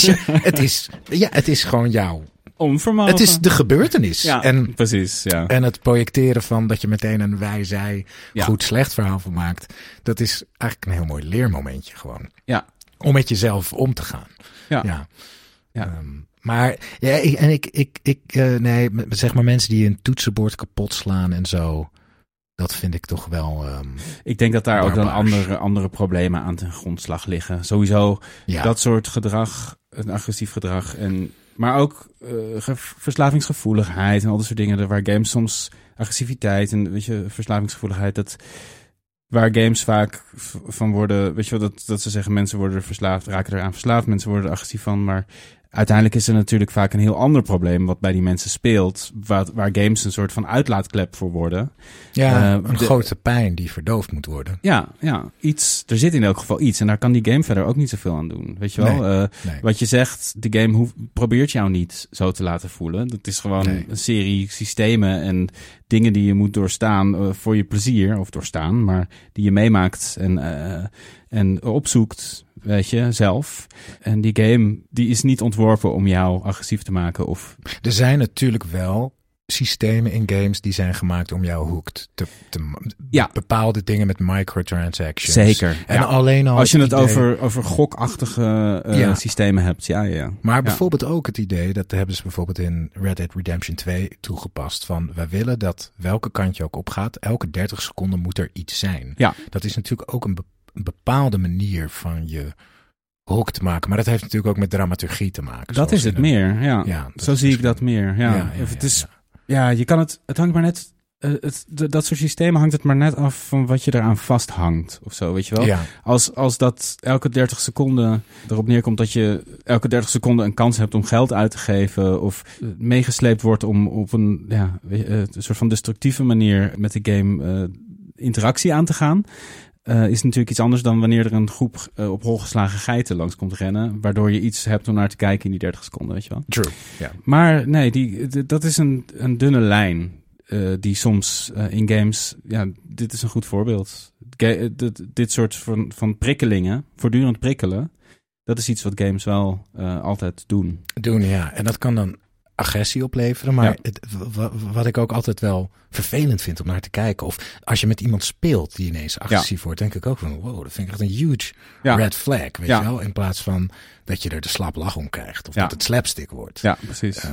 Het is gewoon jouw onvermogen. Het is de gebeurtenis. Ja, precies. Ja. En het projecteren van dat je meteen een wij-zij goed-slecht verhaal van maakt. Dat is eigenlijk een heel mooi leermomentje gewoon. Ja. Om met jezelf om te gaan. Ja. Maar zeg maar mensen die een toetsenbord kapot slaan en zo. Dat vind ik toch wel... ik denk dat daar ook dan andere problemen aan ten grondslag liggen. Sowieso dat soort gedrag, een agressief gedrag maar ook verslavingsgevoeligheid en al dat soort dingen. Waar games soms agressiviteit en verslavingsgevoeligheid, waar games vaak van worden, weet je wel, dat ze zeggen mensen worden verslaafd, raken eraan verslaafd, mensen worden er agressief van, maar uiteindelijk is er natuurlijk vaak een heel ander probleem wat bij die mensen speelt, waar games een soort van uitlaatklep voor worden. Ja, een grote pijn die verdoofd moet worden. Ja, er zit in elk geval iets en daar kan die game verder ook niet zoveel aan doen. Weet je wel? Nee. Wat je zegt, de game probeert jou niet zo te laten voelen. Dat is gewoon een serie systemen en dingen die je moet doorstaan voor je plezier, of doorstaan, maar die je meemaakt en opzoekt. Weet je, zelf. En die game, die is niet ontworpen om jou agressief te maken. Er zijn natuurlijk wel systemen in games die zijn gemaakt om jou hooked te bepaalde dingen met microtransactions. Zeker. En alleen al als je het over gokachtige systemen hebt. Ja. Maar bijvoorbeeld ook het idee, dat hebben ze bijvoorbeeld in Red Dead Redemption 2 toegepast. Van, wij willen dat welke kant je ook opgaat, elke 30 seconden moet er iets zijn. Ja. Dat is natuurlijk ook een bepaalde manier van je hooked maken. Maar dat heeft natuurlijk ook met dramaturgie te maken. Dat is het meer, ja. Zo zie ik dat meer, je kan het hangt maar net, dat soort systemen hangt het maar net af van wat je eraan vasthangt of zo, weet je wel. Ja. Als dat elke 30 seconden erop neerkomt dat je elke 30 seconden een kans hebt om geld uit te geven of meegesleept wordt om op een soort van destructieve manier met de game interactie aan te gaan. Is natuurlijk iets anders dan wanneer er een groep op hol geslagen geiten langs komt rennen. Waardoor je iets hebt om naar te kijken in die 30 seconden, weet je wel. True, ja. Maar nee, dat is een dunne lijn die soms in games... Ja, dit is een goed voorbeeld. Dit soort van prikkelingen, voortdurend prikkelen... Dat is iets wat games wel altijd doen. Ja. En dat kan dan agressie opleveren. Maar wat ik ook altijd wel vervelend vind om naar te kijken. Of als je met iemand speelt die ineens agressief wordt. Denk ik ook van wow, dat vind ik echt een huge red flag. Weet je wel? In plaats van dat je er de slap lach om krijgt. Of dat het slapstick wordt. Ja, precies.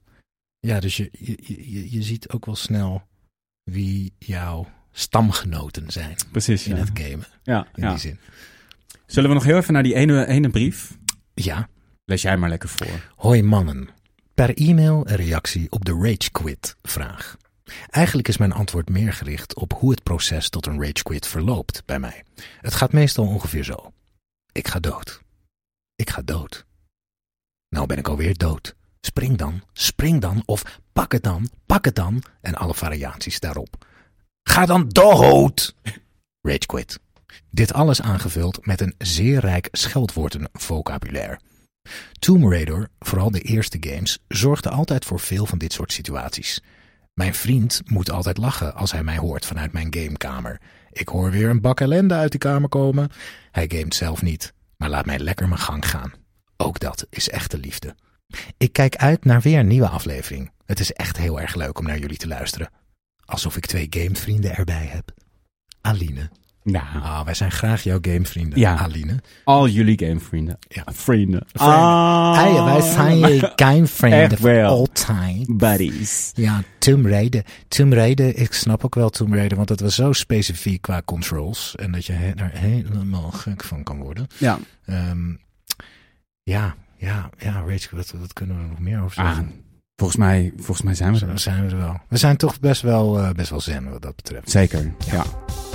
Dus je ziet ook wel snel wie jouw stamgenoten zijn. Precies, in het gamen. Ja, in die zin. Zullen we nog heel even naar die ene brief? Ja. Lees jij maar lekker voor. Hoi mannen. Per e-mail een reactie op de Rage Quit vraag. Eigenlijk is mijn antwoord meer gericht op hoe het proces tot een Rage Quit verloopt bij mij. Het gaat meestal ongeveer zo. Ik ga dood. Ik ga dood. Nou ben ik alweer dood. Spring dan of pak het dan en alle variaties daarop. Ga dan dood! Rage Quit. Dit alles aangevuld met een zeer rijk scheldwoordenvocabulaire. Tomb Raider, vooral de eerste games, zorgde altijd voor veel van dit soort situaties. Mijn vriend moet altijd lachen als hij mij hoort vanuit mijn gamekamer. Ik hoor weer een bak ellende uit die kamer komen. Hij gamet zelf niet, maar laat mij lekker mijn gang gaan. Ook dat is echte liefde. Ik kijk uit naar weer een nieuwe aflevering. Het is echt heel erg leuk om naar jullie te luisteren. Alsof ik 2 gamevrienden erbij heb. Aline. Ja. Wij zijn graag jouw gamevrienden, Aline. Al jullie gamevrienden. Ja. Vrienden. Wij zijn je gamevrienden for all time. Buddies. Ja, Tomb Raider, ik snap ook wel Tomb Raider, want het was zo specifiek qua controls. En dat je er helemaal gek van kan worden. Ja. Rage, wat kunnen we er nog meer over zeggen? Volgens mij zijn we er. Zijn we er wel. We zijn toch best wel zen wat dat betreft. Zeker, ja.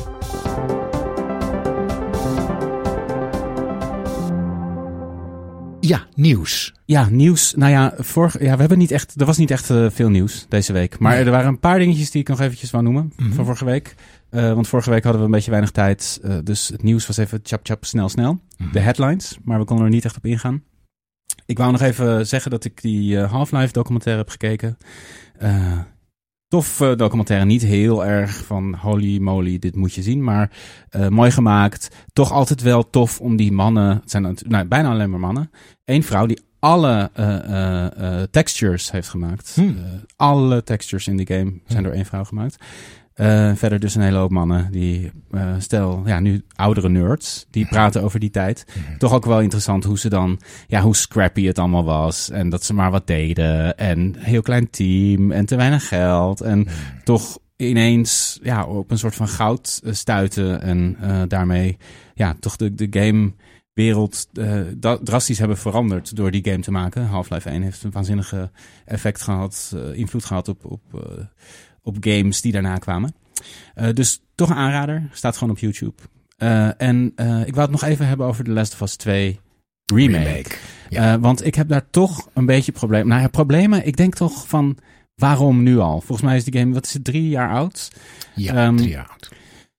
Ja, nieuws. Ja, nieuws. Nou ja, er was niet echt veel nieuws deze week. Maar er waren een paar dingetjes die ik nog eventjes wou noemen van vorige week. Want vorige week hadden we een beetje weinig tijd. Dus het nieuws was even chap, snel. De headlines, maar we konden er niet echt op ingaan. Ik wou nog even zeggen dat ik die Half-Life documentaire heb gekeken. Tof documentaire, niet heel erg van holy moly, dit moet je zien. Maar mooi gemaakt. Toch altijd wel tof om die mannen, het zijn bijna alleen maar mannen. 1 vrouw die alle textures heeft gemaakt. Alle textures in de game zijn door 1 vrouw gemaakt. Verder dus een hele hoop mannen die, nu oudere nerds, die praten over die tijd. Toch ook wel interessant hoe ze dan, hoe scrappy het allemaal was. En dat ze maar wat deden. En een heel klein team en te weinig geld. En toch ineens, op een soort van goud stuiten. En daarmee, toch de gamewereld drastisch hebben veranderd door die game te maken. Half-Life 1 heeft een waanzinnige effect gehad, invloed gehad op games die daarna kwamen. Dus toch een aanrader. Staat gewoon op YouTube. Ik wou het nog even hebben over The Last of Us 2 remake. Ja. Want ik heb daar toch een beetje problemen. Ik denk toch van, waarom nu al? Volgens mij is die game, 3 jaar oud? Ja, 3 jaar oud.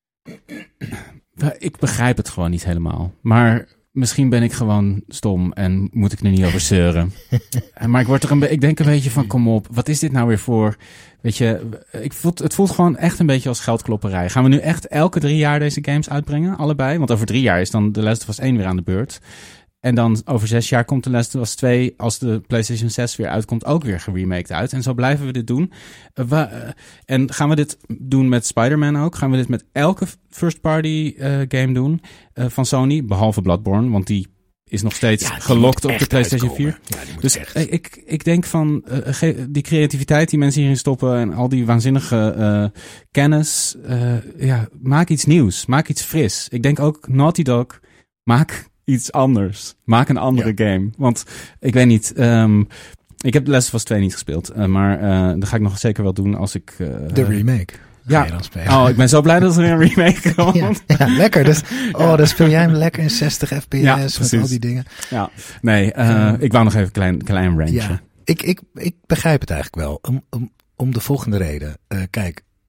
Ik begrijp het gewoon niet helemaal. Maar misschien ben ik gewoon stom en moet ik er niet over zeuren. Maar ik denk een beetje van, kom op, wat is dit nou weer voor? Weet je, het voelt gewoon echt een beetje als geldklopperij. Gaan we nu echt elke 3 jaar deze games uitbrengen? Allebei? Want over 3 jaar is dan The Last of Us 1 weer aan de beurt. En dan over 6 jaar komt The Last of Us 2, als de PlayStation 6 weer uitkomt, ook weer geremaked uit. En zo blijven we dit doen. En gaan we dit doen met Spider-Man ook? Gaan we dit met elke first-party game doen van Sony? Behalve Bloodborne, want die is nog steeds gelokt op de PlayStation 4. Ja, dus ik denk van die creativiteit die mensen hierin stoppen en al die waanzinnige kennis. Maak iets nieuws. Maak iets fris. Ik denk ook Naughty Dog, maak iets anders. Maak een andere game. Want ik weet niet, ik heb The Last of Us 2 niet gespeeld. Maar dat ga ik nog zeker wel doen als ik de remake. Ja, ik ben zo blij dat er een remake komt. Ja, lekker. Dus, dan speel jij hem lekker in 60 fps met al die dingen. Ja, nee, ik wou nog even een klein rantje. Ja, ik begrijp het eigenlijk wel. Om de volgende reden. Kijk,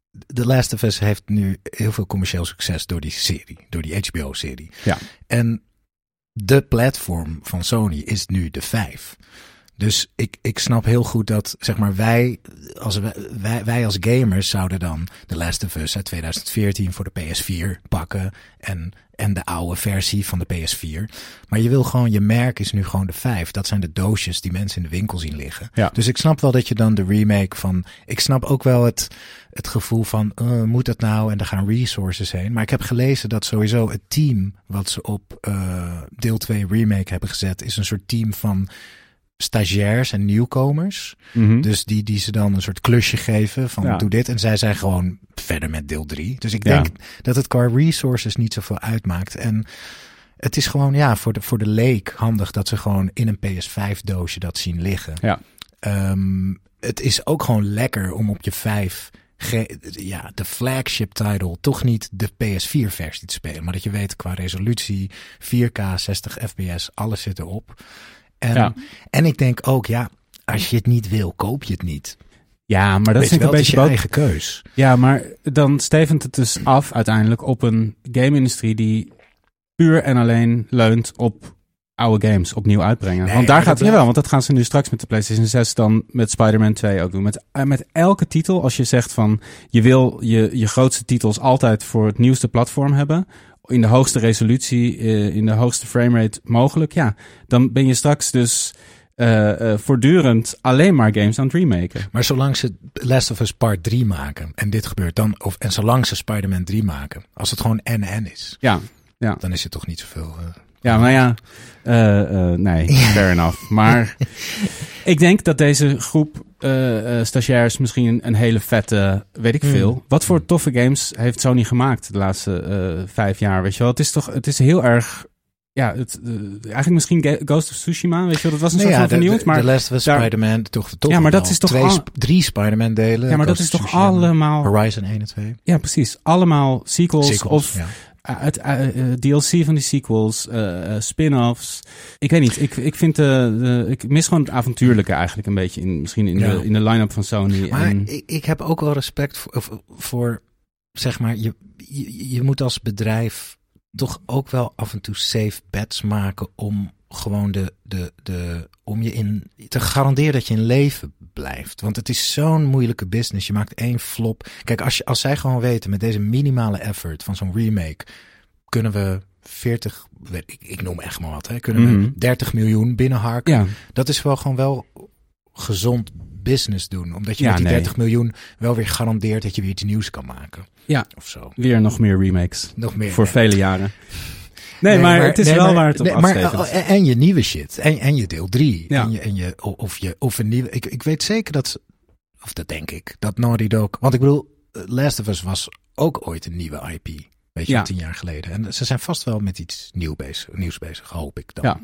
The Last of Us heeft nu heel veel commercieel succes door die serie. Door die HBO-serie. Ja. En de platform van Sony is nu de 5. Dus ik snap heel goed dat, zeg maar, wij als gamers zouden dan The Last of Us uit 2014 voor de PS4 pakken. En de oude versie van de PS4. Maar je wil gewoon, je merk is nu gewoon de 5. Dat zijn de doosjes die mensen in de winkel zien liggen. Ja. Dus ik snap wel dat je dan de remake van... Ik snap ook wel het gevoel van, moet dat nou? En er gaan resources heen. Maar ik heb gelezen dat sowieso het team wat ze op deel 2 remake hebben gezet, is een soort team van stagiairs en nieuwkomers. Mm-hmm. Dus die ze dan een soort klusje geven van doe dit. En zij zijn gewoon verder met deel 3. Dus ik denk dat het qua resources niet zoveel uitmaakt. En het is gewoon voor de leek handig dat ze gewoon in een PS5 doosje dat zien liggen. Ja. Het is ook gewoon lekker om op je 5 de flagship title toch niet de PS4 versie te spelen. Maar dat je weet qua resolutie, 4K, 60 fps, alles zit erop. En ik denk ook, als je het niet wil, koop je het niet. Ja, maar dat is een beetje je eigen keus. Ja, maar dan stevend het dus af uiteindelijk op een game-industrie die puur en alleen leunt op oude games opnieuw uitbrengen. Nee, want daar gaat het wel, want dat gaan ze nu straks met de PlayStation 6 dan met Spider-Man 2 ook doen. Met elke titel, als je zegt van je wil je grootste titels altijd voor het nieuwste platform hebben, in de hoogste resolutie, in de hoogste framerate mogelijk, dan ben je straks dus voortdurend alleen maar games aan het remaken. Maar zolang ze Last of Us Part 3 maken en dit gebeurt dan, en zolang ze Spider-Man 3 maken, als het gewoon en is, dan is het toch niet zoveel. Nee, fair enough. Maar ik denk dat deze groep stagiairs misschien een hele vette, weet ik veel. Wat voor toffe games heeft Sony gemaakt de laatste 5 jaar, weet je wel? Het is heel erg, eigenlijk misschien Ghost of Tsushima, weet je wel? Dat was een soort van vernieuwd, maar de Last of Us Spider-Man, toch maar dat is toch 3 Spider-Man delen. Ja, maar dat is toch allemaal Horizon 1 en 2. Ja, premis. Allemaal sequels of DLC van die sequels, spin-offs. Ik weet niet. Ik vind ik mis gewoon het avontuurlijke eigenlijk een beetje in de line-up van Sony. Maar ik heb ook wel respect voor zeg maar, je moet als bedrijf toch ook wel af en toe safe bets maken om gewoon om je te garanderen dat je in leven blijft. Want het is zo'n moeilijke business. Je maakt 1 flop. Kijk, als zij gewoon weten met deze minimale effort van zo'n remake kunnen we 40, ik noem echt maar wat, kunnen we 30 miljoen binnenharken. Ja. Dat is wel gewoon wel gezond business doen. Omdat je met die 30 miljoen wel weer garandeert dat je weer iets nieuws kan maken. Ja, of zo. Weer nog meer remakes. Nog meer. Voor vele jaren. Nee, maar het is wel waar het op afstevend. En je nieuwe shit. En je deel 3. Ja. Of een nieuwe. Ik weet zeker dat denk ik. Dat Naughty Dog. Want ik bedoel, Last of Us was ook ooit een nieuwe IP. Weet je, 10 jaar geleden. En ze zijn vast wel met iets nieuws bezig, hoop ik dan.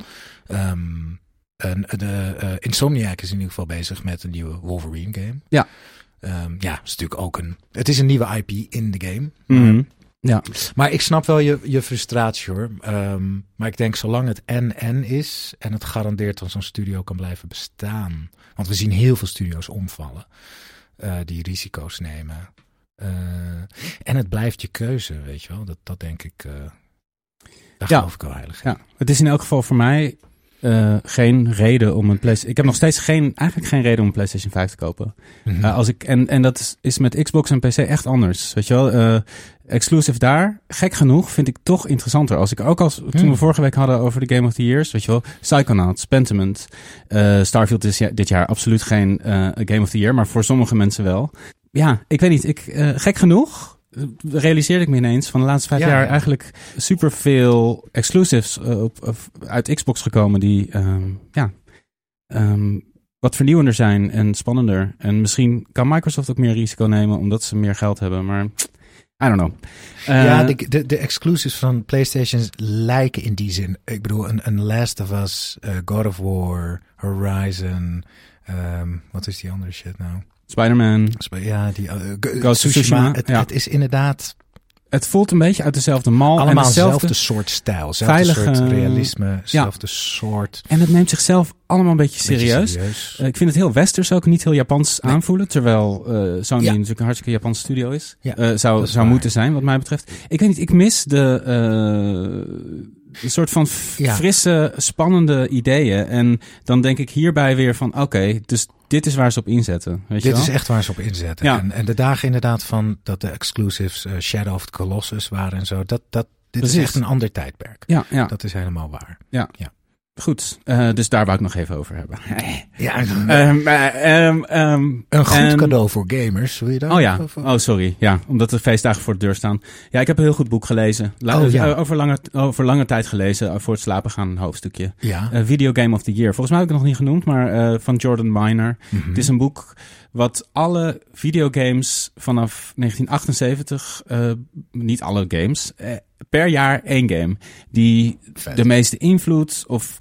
Ja. Insomniac is in ieder geval bezig met een nieuwe Wolverine game. Ja. Het is natuurlijk ook het is een nieuwe IP in de game. Mm-hmm. Ja. Maar ik snap wel je frustratie hoor. Maar ik denk zolang het en is en het garandeert dat zo'n studio kan blijven bestaan. Want we zien heel veel studio's omvallen die risico's nemen. En het blijft je keuze, weet je wel. Dat denk ik, daar geloof ik wel heilig in. Ja. Het is in elk geval voor mij geen reden om een PlayStation. Ik heb nog steeds eigenlijk geen reden om een PlayStation 5 te kopen. Mm-hmm. En dat is met Xbox en PC echt anders. Weet je wel, exclusive daar, gek genoeg, vind ik toch interessanter. Toen we vorige week hadden over de Game of the Years, weet je wel, Psychonauts, Pentiment, Starfield is dit jaar absoluut geen Game of the Year, maar voor sommige mensen wel. Ja, ik weet niet. Gek genoeg realiseerde ik me ineens van de laatste 5 jaar eigenlijk superveel exclusives uit Xbox gekomen die wat vernieuwender zijn en spannender. En misschien kan Microsoft ook meer risico nemen omdat ze meer geld hebben, maar I don't know. De exclusives van PlayStation lijken in die zin. Ik bedoel, een Last of Us, God of War, Horizon, wat is die andere shit nou? Spider-Man. Ja, die Ghost of Tsushima. Het is inderdaad Het voelt een beetje uit dezelfde mal. Allemaal en dezelfde soort stijl. Hetzelfde soort realisme. Hetzelfde soort... En het neemt zichzelf allemaal een beetje serieus. Ik vind het heel westers ook. Niet heel Japans aanvoelen. Terwijl Sony natuurlijk een hartstikke Japanse studio is. Ja, zou moeten zijn wat mij betreft. Ik weet niet, ik mis een soort van frisse, spannende ideeën. En dan denk ik hierbij weer van oké, dus dit is waar ze op inzetten. Weet je wel? Dit is echt waar ze op inzetten. Ja. En de dagen inderdaad van dat de exclusives Shadow of the Colossus waren en zo. Dit is echt een ander tijdperk. Ja. Dat is helemaal waar. Ja. Goed, dus daar wou ik nog even over hebben. Een goed cadeau voor gamers, wil je dat? Oh ja, sorry. Ja, omdat de feestdagen voor de deur staan. Ja, ik heb een heel goed boek gelezen. Over lange tijd gelezen, voor het slapen gaan een hoofdstukje. Ja. Video Game of the Year. Volgens mij heb ik het nog niet genoemd, maar van Jordan Miner. Mm-hmm. Het is een boek wat alle videogames vanaf 1978, niet alle games, per jaar 1 game die de meeste invloed of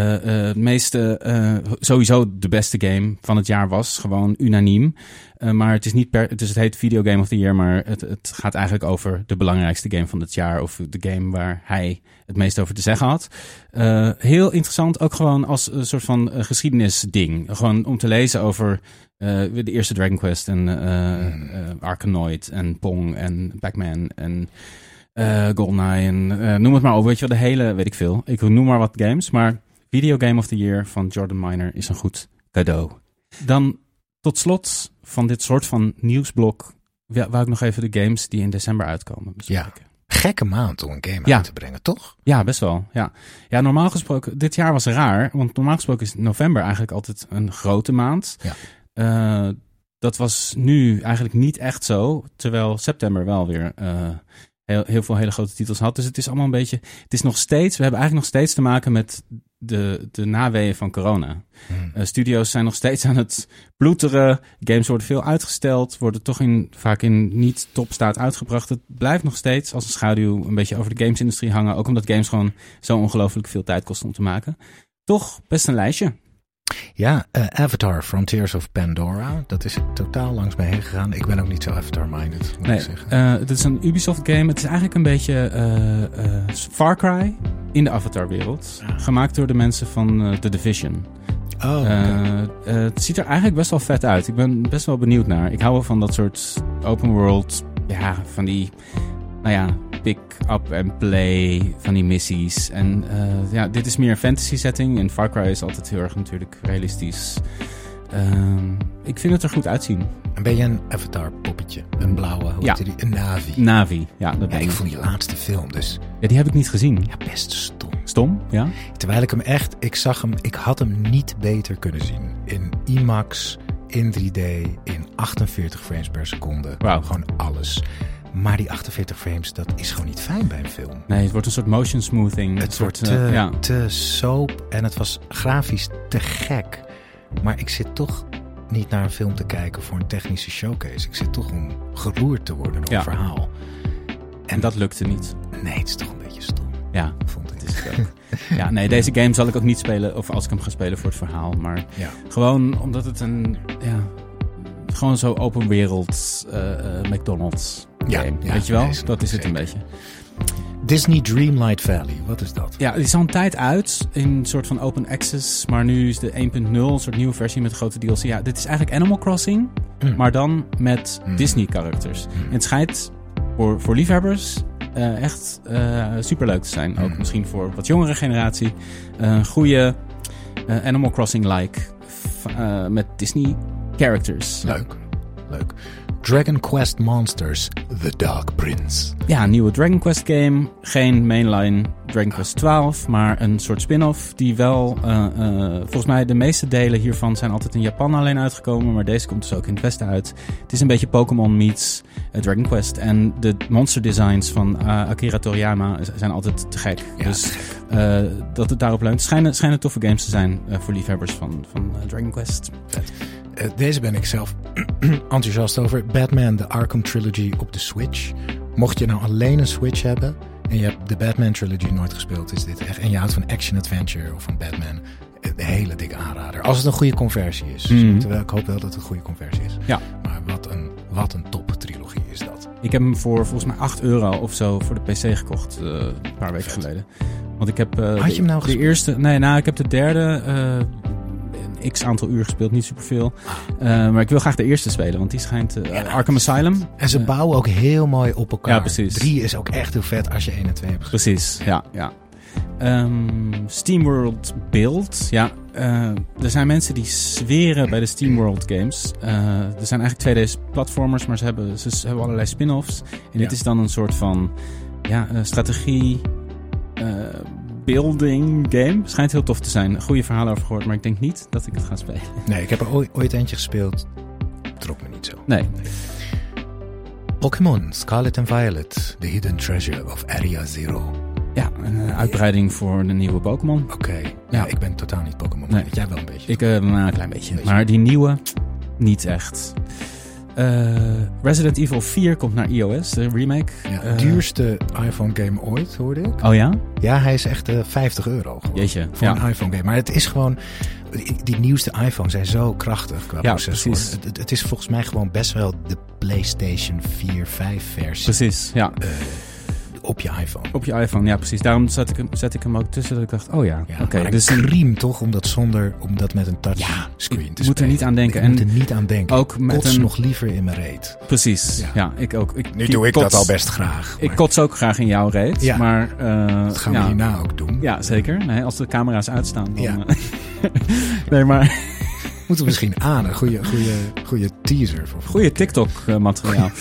sowieso de beste game van het jaar was, gewoon unaniem. Maar het is niet het heet Video Game of the Year, maar het gaat eigenlijk over de belangrijkste game van het jaar of de game waar hij het meest over te zeggen had. Heel interessant, ook gewoon als een soort van geschiedenisding. Gewoon om te lezen over de eerste Dragon Quest en Arkanoid en Pong en Pac-Man en GoldenEye en noem het maar op. Weet je wel, de hele, weet ik veel. Ik noem maar wat games, maar Video Game of the Year van Jordan Miner is een goed cadeau. Dan tot slot van dit soort van nieuwsblok wou ik nog even de games die in december uitkomen bespreken. Ja. Gekke maand om een game uit te brengen, toch? Ja, best wel. Ja, normaal gesproken, dit jaar was raar, want normaal gesproken is november eigenlijk altijd een grote maand. Ja. Dat was nu eigenlijk niet echt zo, terwijl september wel weer heel veel hele grote titels had. Dus het is allemaal een beetje, we hebben eigenlijk nog steeds te maken met de naweeën van corona. Studio's zijn nog steeds aan het ploeteren. Games worden veel uitgesteld, worden toch vaak in niet topstaat uitgebracht. Het blijft nog steeds als een schaduw een beetje over de gamesindustrie hangen. Ook omdat games gewoon zo ongelooflijk veel tijd kosten om te maken. Toch best een lijstje. Ja, Avatar Frontiers of Pandora. Dat is totaal langs mij heen gegaan. Ik ben ook niet zo Avatar-minded, moet ik zeggen. Het is een Ubisoft game. Het is eigenlijk een beetje Far Cry in de Avatar-wereld. Gemaakt door de mensen van The Division. Het ziet er eigenlijk best wel vet uit. Ik ben best wel benieuwd naar. Ik hou wel van dat soort open world, van die, pick-up and play van die missies. En dit is meer een fantasy setting. En Far Cry is altijd heel erg natuurlijk realistisch. Ik vind het er goed uitzien. En ben je een Avatar poppetje? Een blauwe, hoe heet die? Een Navi. Navi, ja. Dat ben ik vond die laatste film dus. Ja, die heb ik niet gezien. Ja, best stom. Stom, ja? Terwijl ik had hem niet beter kunnen zien. In IMAX, in 3D, in 48 frames per seconde. Wow. Gewoon alles. Maar die 48 frames, dat is gewoon niet fijn bij een film. Nee, het wordt een soort motion smoothing. Het wordt te soap en het was grafisch te gek. Maar ik zit toch niet naar een film te kijken voor een technische showcase. Ik zit toch om geroerd te worden door een verhaal. En dat lukte niet. Nee, het is toch een beetje stom. Ja, vond ik. Het is het ook. Ja, nee, deze game zal ik ook niet spelen. Of als ik hem ga spelen voor het verhaal. Maar gewoon omdat het gewoon zo open wereld McDonald's game. Weet je wel? Nee, dat is het een beetje. Disney Dreamlight Valley, wat is dat? Ja, die is al een tijd uit in een soort van open access. Maar nu is de 1.0 een soort nieuwe versie met grote DLC. Ja, dit is eigenlijk Animal Crossing, maar dan met Disney characters. En het schijnt voor liefhebbers echt superleuk te zijn. Ook misschien voor wat jongere generatie. Goede Animal Crossing-like met Disney characters. Leuk. Dragon Quest Monsters, The Dark Prince. Ja, een nieuwe Dragon Quest game. Geen mainline Dragon Quest 12, maar een soort spin-off die wel... volgens mij de meeste delen hiervan zijn altijd in Japan alleen uitgekomen, maar deze komt dus ook in het Westen uit. Het is een beetje Pokémon meets Dragon Quest. En de monster designs van Akira Toriyama zijn altijd te gek. Ja, dus dat het daarop leunt. Schijnen toffe games te zijn voor liefhebbers van Dragon Quest. Vet. Deze ben ik zelf enthousiast over. Batman, de Arkham Trilogy op de Switch. Mocht je nou alleen een Switch hebben en je hebt de Batman Trilogy nooit gespeeld, is dit echt. En je houdt van action-adventure of van Batman, een hele dikke aanrader. Als het een goede conversie is. Terwijl ik hoop wel dat het een goede conversie is. Ja. Maar wat een top trilogie is dat. Ik heb hem voor volgens mij €8 of zo voor de PC gekocht een paar weken geleden. Want ik heb Had je hem nou gespeeld? eerste. Nee, ik heb de derde een x aantal uur gespeeld, niet superveel. Maar ik wil graag de eerste spelen, want die schijnt Arkham Asylum. En ze bouwen ook heel mooi op elkaar. Ja, precies. 3 is ook echt heel vet als je 1 en 2 hebt gespeeld. Precies, ja. SteamWorld Build. Ja, er zijn mensen die zweren bij de SteamWorld games. Er zijn eigenlijk 2D-platformers, maar ze hebben allerlei spin-offs. En dit is dan een soort van strategie building game. Schijnt heel tof te zijn. Goede verhalen over gehoord, maar ik denk niet dat ik het ga spelen. Nee, ik heb er ooit eentje gespeeld. Trok me niet zo. Nee. Pokémon Scarlet and Violet, The Hidden Treasure of Area Zero. Ja, een uitbreiding voor de nieuwe Pokémon. Oké. Ja. Ja, ik ben totaal niet Pokémon. Nee. Jij wel een beetje. Ik een klein beetje. Maar die nieuwe, niet echt. Resident Evil 4 komt naar iOS, de remake. Ja, duurste iPhone game ooit, hoorde ik. Oh ja? Ja, hij is echt €50 gewoon. Jeetje. Voor een iPhone game. Maar het is gewoon... Die nieuwste iPhones zijn zo krachtig qua processor. Precies. Het is volgens mij gewoon best wel de PlayStation 4, 5 versie. Precies, ja. Op je iPhone. Op je iPhone, ja precies. Daarom zet ik hem ook tussen dat ik dacht, oh ja. Oké. Dus een crime toch, om dat met een touchscreen te spelen. Ik moet er niet aan denken. Ik moet er niet aan denken. Ook met kots nog liever in mijn reet. Precies, ja ik ook. Nu doe ik dat al best graag. Ik kots ook graag in jouw reet. Ja. Maar, dat gaan we hierna ook doen. Ja, zeker. Nee, als de camera's uitstaan. Dan, ja. Nee, maar... Moeten we misschien aan een goede teaser. Goede TikTok-materiaal.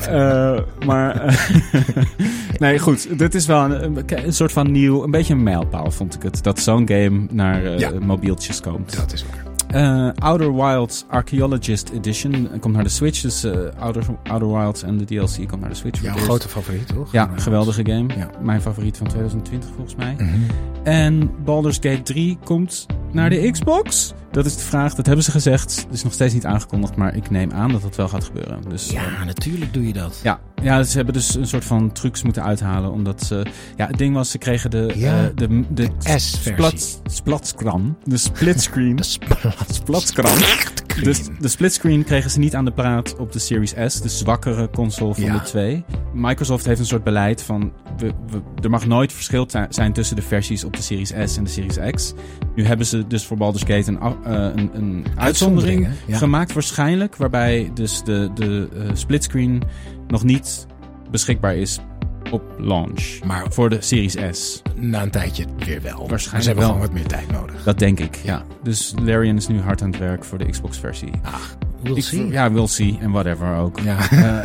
Nee, goed. Dit is wel een soort van nieuw... Een beetje een mijlpaal, vond ik het. Dat zo'n game naar mobieltjes komt. Dat is ook. Outer Wilds Archaeologist Edition komt naar de Switch. Dus Outer Wilds en de DLC komt naar de Switch. Ja, een grote favoriet, toch? Ja, geweldige game. Ja. Mijn favoriet van 2020 volgens mij. Mm-hmm. En Baldur's Gate 3 komt naar de Xbox. Dat is de vraag. Dat hebben ze gezegd. Het is nog steeds niet aangekondigd, maar ik neem aan dat dat wel gaat gebeuren. Dus, ja, natuurlijk doe je dat. Ja, ze hebben dus een soort van trucs moeten uithalen. Omdat ze... Ja, het ding was, ze kregen de S-versie. Splatscran. De splitscreen. Splatscran. Dus de splitscreen kregen ze niet aan de praat op de Series S. De zwakkere console van de twee. Microsoft heeft een soort beleid van... er mag nooit verschil zijn tussen de versies op de Series S en de Series X. Nu hebben ze dus voor Baldur's Gate een uitzondering gemaakt waarschijnlijk. Waarbij dus de splitscreen nog niet beschikbaar is op launch. Maar voor de Series S. Na een tijdje weer wel. Waarschijnlijk ze hebben wel. gewoon wat meer tijd nodig. Dat denk ik, ja. Dus Larian is nu hard aan het werk voor de Xbox versie. We'll see. Ja, we'll see. En whatever ook. Ja,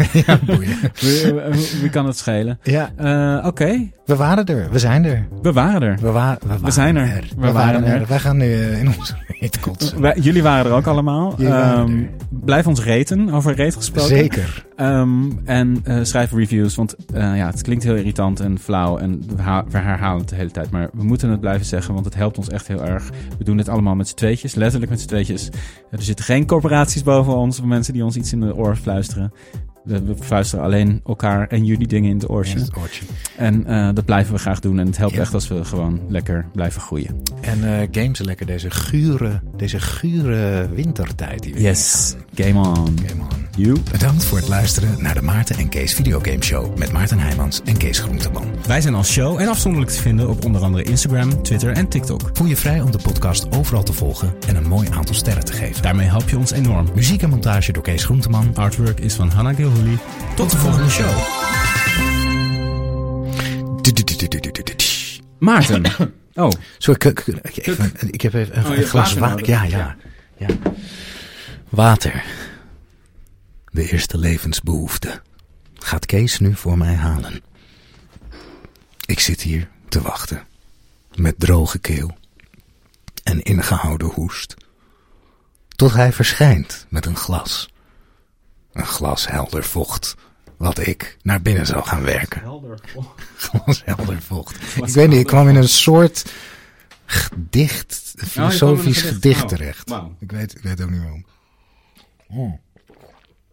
wie kan het schelen? Ja. Oké. We waren er. We zijn er. We waren er. We zijn er. We waren er. Wij gaan nu in onze reet kotsen. Jullie waren er ook allemaal. Blijf ons raten, over rate gesproken. Zeker. En schrijf reviews, want het klinkt heel irritant en flauw en we herhalen het de hele tijd. Maar we moeten het blijven zeggen, want het helpt ons echt heel erg. We doen dit allemaal met z'n tweetjes, letterlijk met z'n tweetjes. Er zitten geen corporaties boven ons, of mensen die ons iets in de oor fluisteren. We fluisteren alleen elkaar en jullie dingen in het oortje. En dat blijven we graag doen. En het helpt echt als we gewoon lekker blijven groeien. En games lekker deze gure wintertijd. Die we game on. You. Bedankt voor het luisteren naar de Maarten en Kees Videogame Show met Maarten Heijmans en Kees Groenteman. Wij zijn als show en afzonderlijk te vinden op onder andere Instagram, Twitter en TikTok. Voel je vrij om de podcast overal te volgen en een mooi aantal sterren te geven. Daarmee help je ons enorm. Muziek en montage door Kees Groenteman. Artwork is van Hanna Gilhuli. Tot de volgende show. Maarten. Oh. Sorry, ik heb even een glas water. Ja. Water. De eerste levensbehoefte. Gaat Kees nu voor mij halen. Ik zit hier te wachten. Met droge keel. En ingehouden hoest. Tot hij verschijnt met een glas. Een glas helder vocht. Wat ik naar binnen zal gaan werken. Glas helder vocht. Ik weet niet, ik kwam in een soort gedicht. Filosofisch gedicht terecht. Wow. Ik weet ook niet waarom.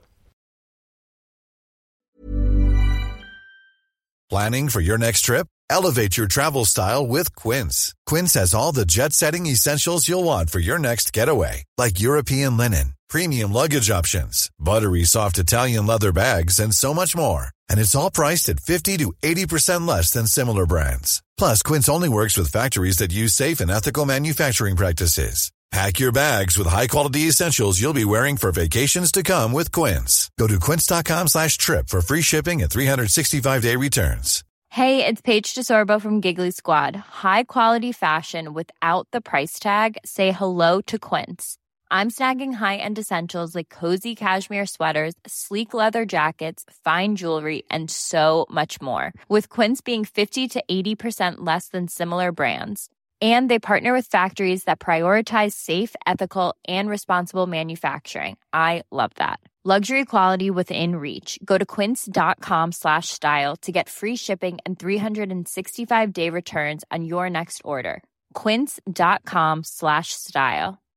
Planning for your next trip? Elevate your travel style with Quince. Quince has all the jet-setting essentials you'll want for your next getaway, like European linen, premium luggage options, buttery soft Italian leather bags, and so much more. And it's all priced at 50 to 80% less than similar brands. Plus, Quince only works with factories that use safe and ethical manufacturing practices. Pack your bags with high-quality essentials you'll be wearing for vacations to come with Quince. Go to quince.com/trip for free shipping and 365-day returns. Hey, it's Paige DeSorbo from Giggly Squad. High quality fashion without the price tag. Say hello to Quince. I'm snagging high-end essentials like cozy cashmere sweaters, sleek leather jackets, fine jewelry, and so much more. With Quince being 50 to 80% less than similar brands. And they partner with factories that prioritize safe, ethical, and responsible manufacturing. I love that. Luxury quality within reach. Go to quince.com/style to get free shipping and 365-day returns on your next order. Quince.com/style.